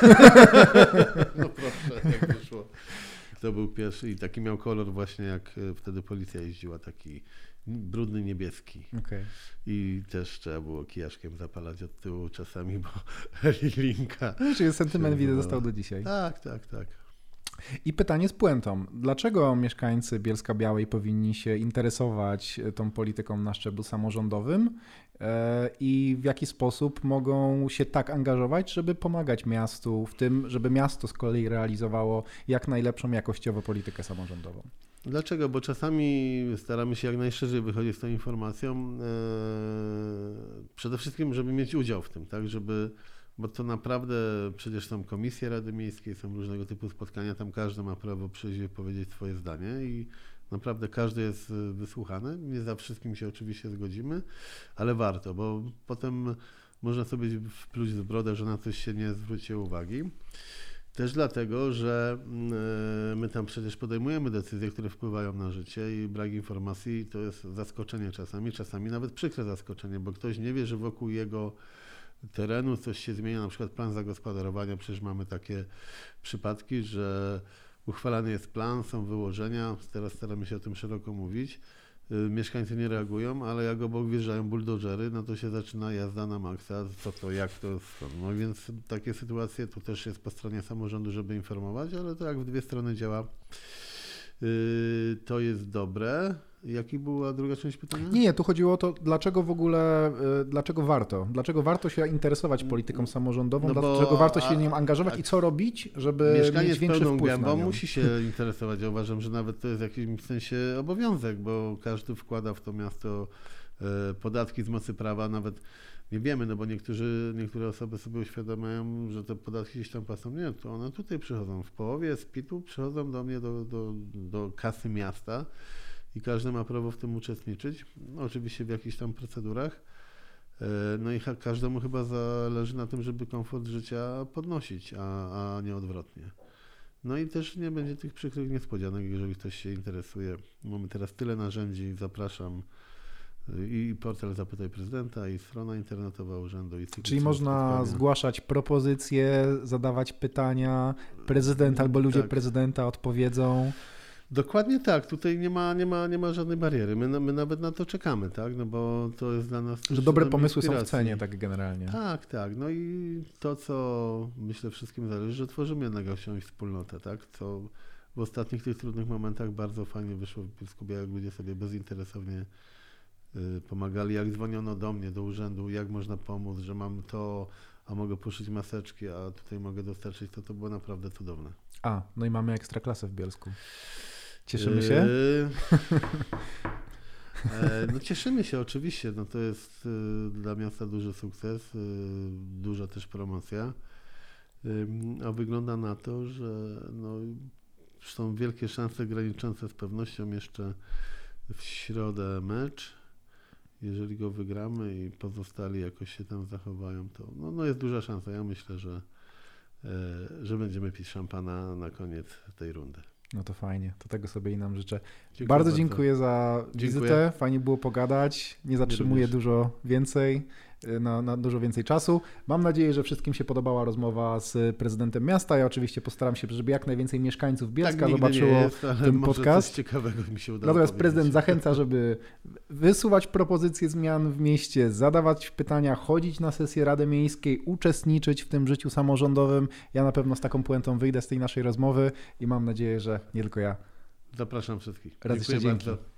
No proszę, jak wyszło. To był pierwszy i taki miał kolor właśnie jak wtedy policja jeździła, taki brudny niebieski. Okay. I też trzeba było kijaszkiem zapalać od tyłu czasami, bo linka. No, czyli sentyment widzę został do dzisiaj. Tak. I pytanie z puentą. Dlaczego mieszkańcy Bielska Białej powinni się interesować tą polityką na szczeblu samorządowym i w jaki sposób mogą się tak angażować, żeby pomagać miastu w tym, żeby miasto z kolei realizowało jak najlepszą jakościowo politykę samorządową? Dlaczego? Bo czasami staramy się jak najszerzej wychodzić z tą informacją. Przede wszystkim, żeby mieć udział w tym, tak? Bo to naprawdę przecież są komisje Rady Miejskiej, są różnego typu spotkania, tam każdy ma prawo przyjść i powiedzieć swoje zdanie i Naprawdę każdy jest wysłuchany. Nie za wszystkim się oczywiście zgodzimy, ale warto, bo potem można sobie wpluć w brodę, że na coś się nie zwróci uwagi. Też dlatego, że my tam przecież podejmujemy decyzje, które wpływają na życie i brak informacji to jest zaskoczenie czasami nawet przykre zaskoczenie, bo ktoś nie wie, że wokół jego terenu coś się zmienia, na przykład plan zagospodarowania. Przecież mamy takie przypadki, że uchwalany jest plan, są wyłożenia, teraz staramy się o tym szeroko mówić. Mieszkańcy nie reagują, ale jak obok wjeżdżają buldożery, no to się zaczyna jazda na maksa, co to, jak to, skąd. No więc takie sytuacje to też jest po stronie samorządu, żeby informować, ale to jak w dwie strony działa, to jest dobre. Jaki była druga część pytania? Nie, tu chodziło o to, dlaczego w ogóle, dlaczego warto się interesować polityką samorządową, dlaczego warto się nią angażować i co robić, żeby mieć większy wpływ na nią. Musi się interesować. Ja uważam, że nawet to jest w jakimś sensie obowiązek, bo każdy wkłada w to miasto podatki z mocy prawa, nawet nie wiemy, no bo niektóre osoby sobie uświadamiają, że te podatki gdzieś tam pasą. Nie, to one tutaj przychodzą. W połowie z PIT-u przychodzą do mnie do kasy miasta. I każdy ma prawo w tym uczestniczyć, no oczywiście w jakichś tam procedurach. No i każdemu chyba zależy na tym, żeby komfort życia podnosić, a nie odwrotnie. No i też nie będzie tych przykrych niespodzianek, jeżeli ktoś się interesuje. Mamy teraz tyle narzędzi, zapraszam. I portal Zapytaj Prezydenta, i strona internetowa urzędu. Czyli można zgłaszać propozycje, zadawać pytania, prezydent albo ludzie prezydenta odpowiedzą. Dokładnie tak, tutaj nie ma żadnej bariery. My nawet na to czekamy, tak? No bo to jest dla nas... Że dobre pomysły są w cenie, tak generalnie. Tak. No i to, co myślę wszystkim zależy, że tworzymy jednak jakąś wspólnotę, tak? Co w ostatnich tych trudnych momentach bardzo fajnie wyszło w Bielsku, jak ludzie sobie bezinteresownie pomagali. Jak dzwoniono do mnie, do urzędu, jak można pomóc, że mam to, a mogę poszyć maseczki, a tutaj mogę dostarczyć, to było naprawdę cudowne. No i mamy ekstraklasę w Bielsku. Cieszymy się? No cieszymy się oczywiście, no to jest dla miasta duży sukces, duża też promocja, a wygląda na to, że no, są wielkie szanse graniczące z pewnością jeszcze w środę mecz. Jeżeli go wygramy i pozostali jakoś się tam zachowają, to no jest duża szansa. Ja myślę, że będziemy pić szampana na koniec tej rundy. No to fajnie, to tego sobie i nam życzę. Bardzo dziękuję za wizytę, fajnie było pogadać, nie zatrzymuję dużo więcej, na dużo więcej czasu. Mam nadzieję, że wszystkim się podobała rozmowa z prezydentem miasta. Ja oczywiście postaram się, żeby jak najwięcej mieszkańców Bielska zobaczyło ten podcast. Coś ciekawego mi się udało Natomiast prezydent zachęca, żeby wysuwać propozycje zmian w mieście, zadawać pytania, chodzić na sesję Rady Miejskiej, uczestniczyć w tym życiu samorządowym. Ja na pewno z taką puentą wyjdę z tej naszej rozmowy i mam nadzieję, że nie tylko ja. Zapraszam wszystkich. Raz jeszcze dzięki. Bardzo.